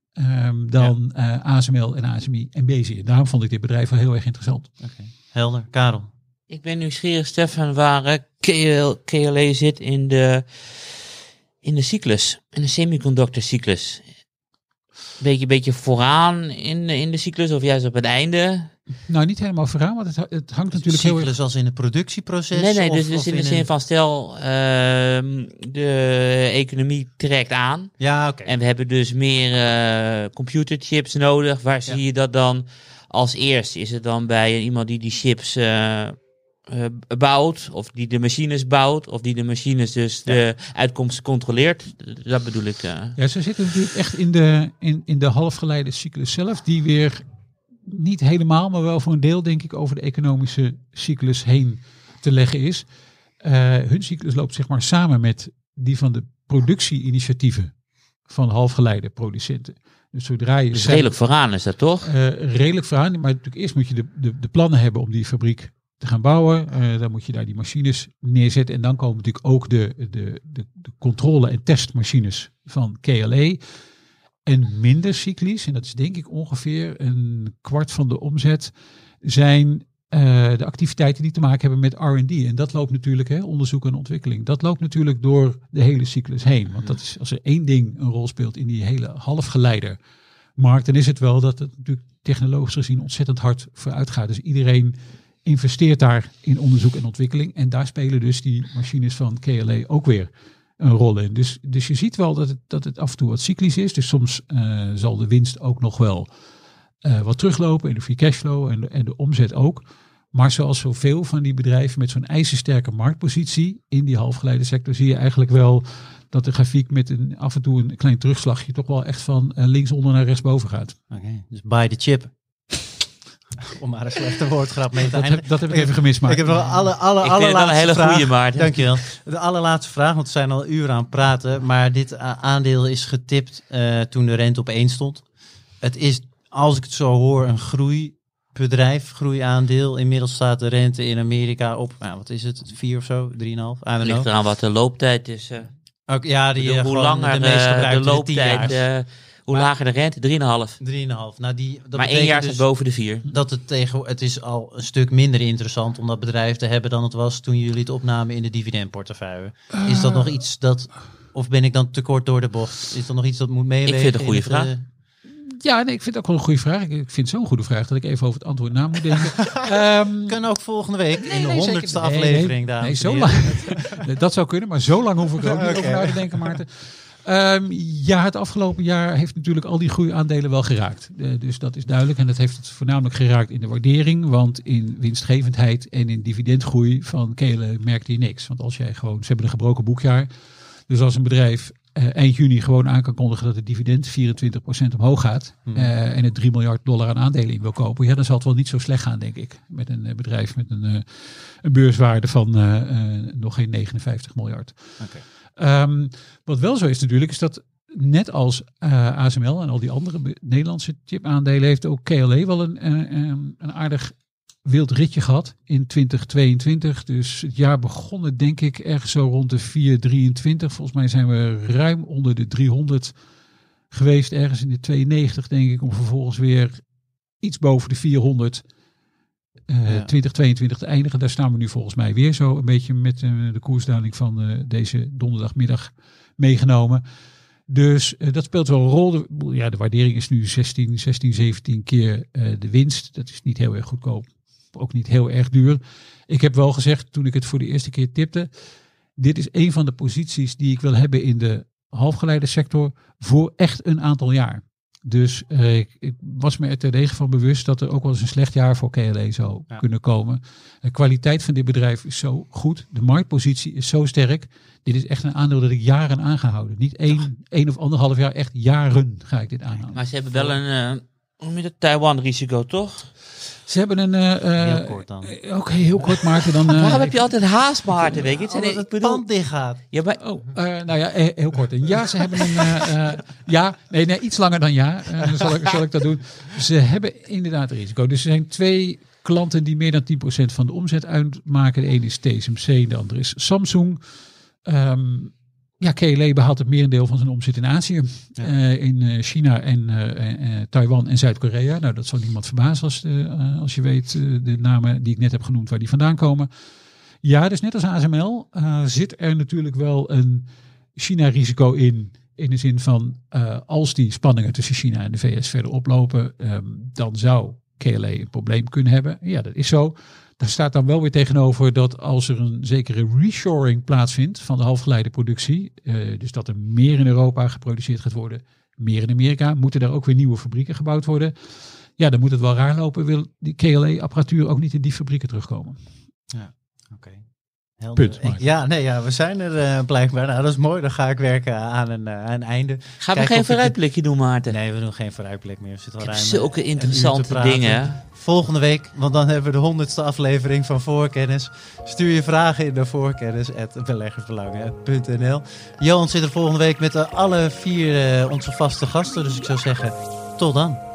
Um, dan ja. uh, A S M L en A S M I en Besi. En daarom vond ik dit bedrijf wel heel erg interessant. Okay. Helder. Karel? Ik ben nieuwsgierig, Stefan, waar uh, K L A zit in de, in de cyclus, in de semiconductorcyclus. Beetje, beetje vooraan in, in de cyclus of juist op het einde? Nou, niet helemaal vooraan, want het, het hangt dus natuurlijk heel erg... Cyclus als in het productieproces? Nee, nee, of, dus, dus of in de in zin een... van stel, uh, de economie trekt aan. Ja, oké. Okay. En we hebben dus meer uh, computerchips nodig. Waar ja. zie je dat dan als eerst? Is het dan bij iemand die die chips uh, uh, bouwt, of die de machines bouwt, of die de machines dus ja. de uitkomsten controleert? Dat bedoel ik. Uh. Ja, ze zitten natuurlijk echt in de, in, in de halfgeleidercyclus zelf, die weer niet helemaal, maar wel voor een deel denk ik over de economische cyclus heen te leggen is. Uh, hun cyclus loopt zeg maar samen met die van de productie-initiatieven van halfgeleiderproducenten. Dus zodra je... Dus redelijk vooraan is dat toch? Uh, redelijk vooraan, maar natuurlijk eerst moet je de, de, de plannen hebben om die fabriek te gaan bouwen. Uh, dan moet je daar die machines neerzetten en dan komen natuurlijk ook de, de, de, de controle- en testmachines van K L A. En minder cyclisch, en dat is denk ik ongeveer een kwart van de omzet, zijn uh, de activiteiten die te maken hebben met R en D. En dat loopt natuurlijk, hè, onderzoek en ontwikkeling, dat loopt natuurlijk door de hele cyclus heen. Want dat is, als er één ding een rol speelt in die hele halfgeleidermarkt, dan is het wel dat het natuurlijk technologisch gezien ontzettend hard vooruit gaat. Dus iedereen investeert daar in onderzoek en ontwikkeling. En daar spelen dus die machines van K L A ook weer een rol in. Dus, dus je ziet wel dat het, dat het af en toe wat cyclisch is. Dus soms uh, zal de winst ook nog wel uh, wat teruglopen in de free cashflow en de, en de omzet ook. Maar zoals zoveel van die bedrijven met zo'n ijzersterke marktpositie in die halfgeleidensector zie je eigenlijk wel dat de grafiek met een, af en toe een klein terugslagje toch wel echt van uh, linksonder naar rechtsboven gaat. Oké, okay, dus buy the chip. Om maar een slechte woordgrap mee te dat eindigen. heb, dat heb ik even gemist, maar ik heb nog alle, alle, ik allerlaatste vind het wel een hele vraag. goede, Maarten. Dankjewel. De allerlaatste vraag, want we zijn al uren aan het praten. Maar dit uh, aandeel is getipt uh, toen de rente op één stond. Het is, als ik het zo hoor, een groeibedrijf, groeiaandeel. Inmiddels staat de rente in Amerika op, nou, wat is het, vier of zo, drieënhalf? Het ligt eraan wat de looptijd is. Uh, Ook, ja, die, bedoel, uh, hoe langer de, meest uh, de looptijd, uh, hoe maar, lager de rente, drie komma vijf. drie komma vijf. Nou, die, dat maar één jaar dus staat boven de vier. Dat het, tegen, het is al een stuk minder interessant om dat bedrijf te hebben dan het was toen jullie het opnamen in de dividendportefeuille. Uh, is dat nog iets dat, of ben ik dan te kort door de bocht? Is dat nog iets dat moet meewegen? Ik vind het een goede het, vraag. Uh, Ja, nee, ik vind het ook wel een goede vraag. Ik vind het zo'n goede vraag dat ik even over het antwoord na moet denken. um, kan ook volgende week nee, in de nee, honderdste nee, aflevering. Nee, dames nee, zo en lang. Dat zou kunnen, maar zo lang hoef ik er ook niet okay. over na te denken, Maarten. Um, ja, het afgelopen jaar heeft natuurlijk al die groeiaandelen wel geraakt. Uh, dus dat is duidelijk. En dat heeft het voornamelijk geraakt in de waardering. Want in winstgevendheid en in dividendgroei van K L A merkte je niks. Want als jij gewoon, ze hebben een gebroken boekjaar. Dus als een bedrijf uh, eind juni gewoon aan kan kondigen dat het dividend vierentwintig procent omhoog gaat. Hmm. Uh, en het drie miljard dollar aan aandelen in wil kopen. Ja, dan zal het wel niet zo slecht gaan, denk ik. Met een uh, bedrijf met een, uh, een beurswaarde van uh, uh, nog geen negenenvijftig miljard. Okay. Um, wat wel zo is natuurlijk, is dat net als uh, A S M L en al die andere be- Nederlandse chipaandelen heeft ook K L A wel een, een, een aardig wild ritje gehad in twintig tweeëntwintig. Dus het jaar begonnen denk ik ergens zo rond de vier komma drieëntwintig. Volgens mij zijn we ruim onder de driehonderd geweest, ergens in de tweeënnegentig denk ik, om vervolgens weer iets boven de vierhonderd Uh, ja. twintig tweeëntwintig te eindigen. Daar staan we nu volgens mij weer zo een beetje met uh, de koersdaling van uh, deze donderdagmiddag meegenomen. Dus uh, dat speelt wel een rol. De, ja, de waardering is nu zestien, zestien, zeventien keer uh, de winst. Dat is niet heel erg goedkoop. Ook niet heel erg duur. Ik heb wel gezegd toen ik het voor de eerste keer tipte. Dit is een van de posities die ik wil hebben in de halfgeleidensector voor echt een aantal jaar. Dus uh, ik, ik was me er terdege van bewust dat er ook wel eens een slecht jaar voor K L A zou ja. kunnen komen. De kwaliteit van dit bedrijf is zo goed. De marktpositie is zo sterk. Dit is echt een aandeel dat ik jaren aan ga houden. Niet één, één of anderhalf jaar, echt jaren ga ik dit aanhouden. Maar ze hebben wel een uh, met het Taiwan-risico, toch? Ze hebben een... Uh, heel kort dan. Uh, Oké, okay, heel kort Maarten. Dan, uh, Waarom heb je altijd haast, Maarten? Weet je? Het, het, het bedoel... pand dicht gaat. Ja, maar... Oh, uh, nou ja, heel kort. Ja, ze hebben een... Uh, uh, ja, nee, nee, iets langer dan ja. Uh, zal, ik, zal ik dat doen. Ze hebben inderdaad een risico. Dus er zijn twee klanten die meer dan tien procent van de omzet uitmaken. De ene is T S M C, de andere is Samsung. Um, Ja, K L A behaalt het merendeel van zijn omzet in Azië. Ja. Uh, in China en uh, uh, Taiwan en Zuid-Korea. Nou, dat zal niemand verbazen als, uh, als je weet uh, de namen die ik net heb genoemd waar die vandaan komen. Ja, dus net als A S M L uh, zit er natuurlijk wel een China-risico in. In de zin van uh, als die spanningen tussen China en de V S verder oplopen, um, dan zou K L A een probleem kunnen hebben. Ja, dat is zo. Daar staat dan wel weer tegenover dat als er een zekere reshoring plaatsvindt van de halfgeleiderproductie, uh, dus dat er meer in Europa geproduceerd gaat worden, meer in Amerika, moeten daar ook weer nieuwe fabrieken gebouwd worden. Ja, dan moet het wel raar lopen, wil die K L A-apparatuur ook niet in die fabrieken terugkomen. Ja, oké. Okay. Punt, ik, ja, nee, ja, we zijn er uh, blijkbaar. Nou, dat is mooi. Dan ga ik werken aan een, uh, een einde. Gaan we geen vooruitblikje doen, Maarten? Nee, we doen geen vooruitblik meer. We zitten al ruim zulke interessante dingen. Volgende week, want dan hebben we de honderdste aflevering van Voorkennis. Stuur je vragen in naar voorkennis at beleggersbelangen punt n l. Johan zit er volgende week met uh, alle vier uh, onze vaste gasten. Dus ik zou zeggen, tot dan.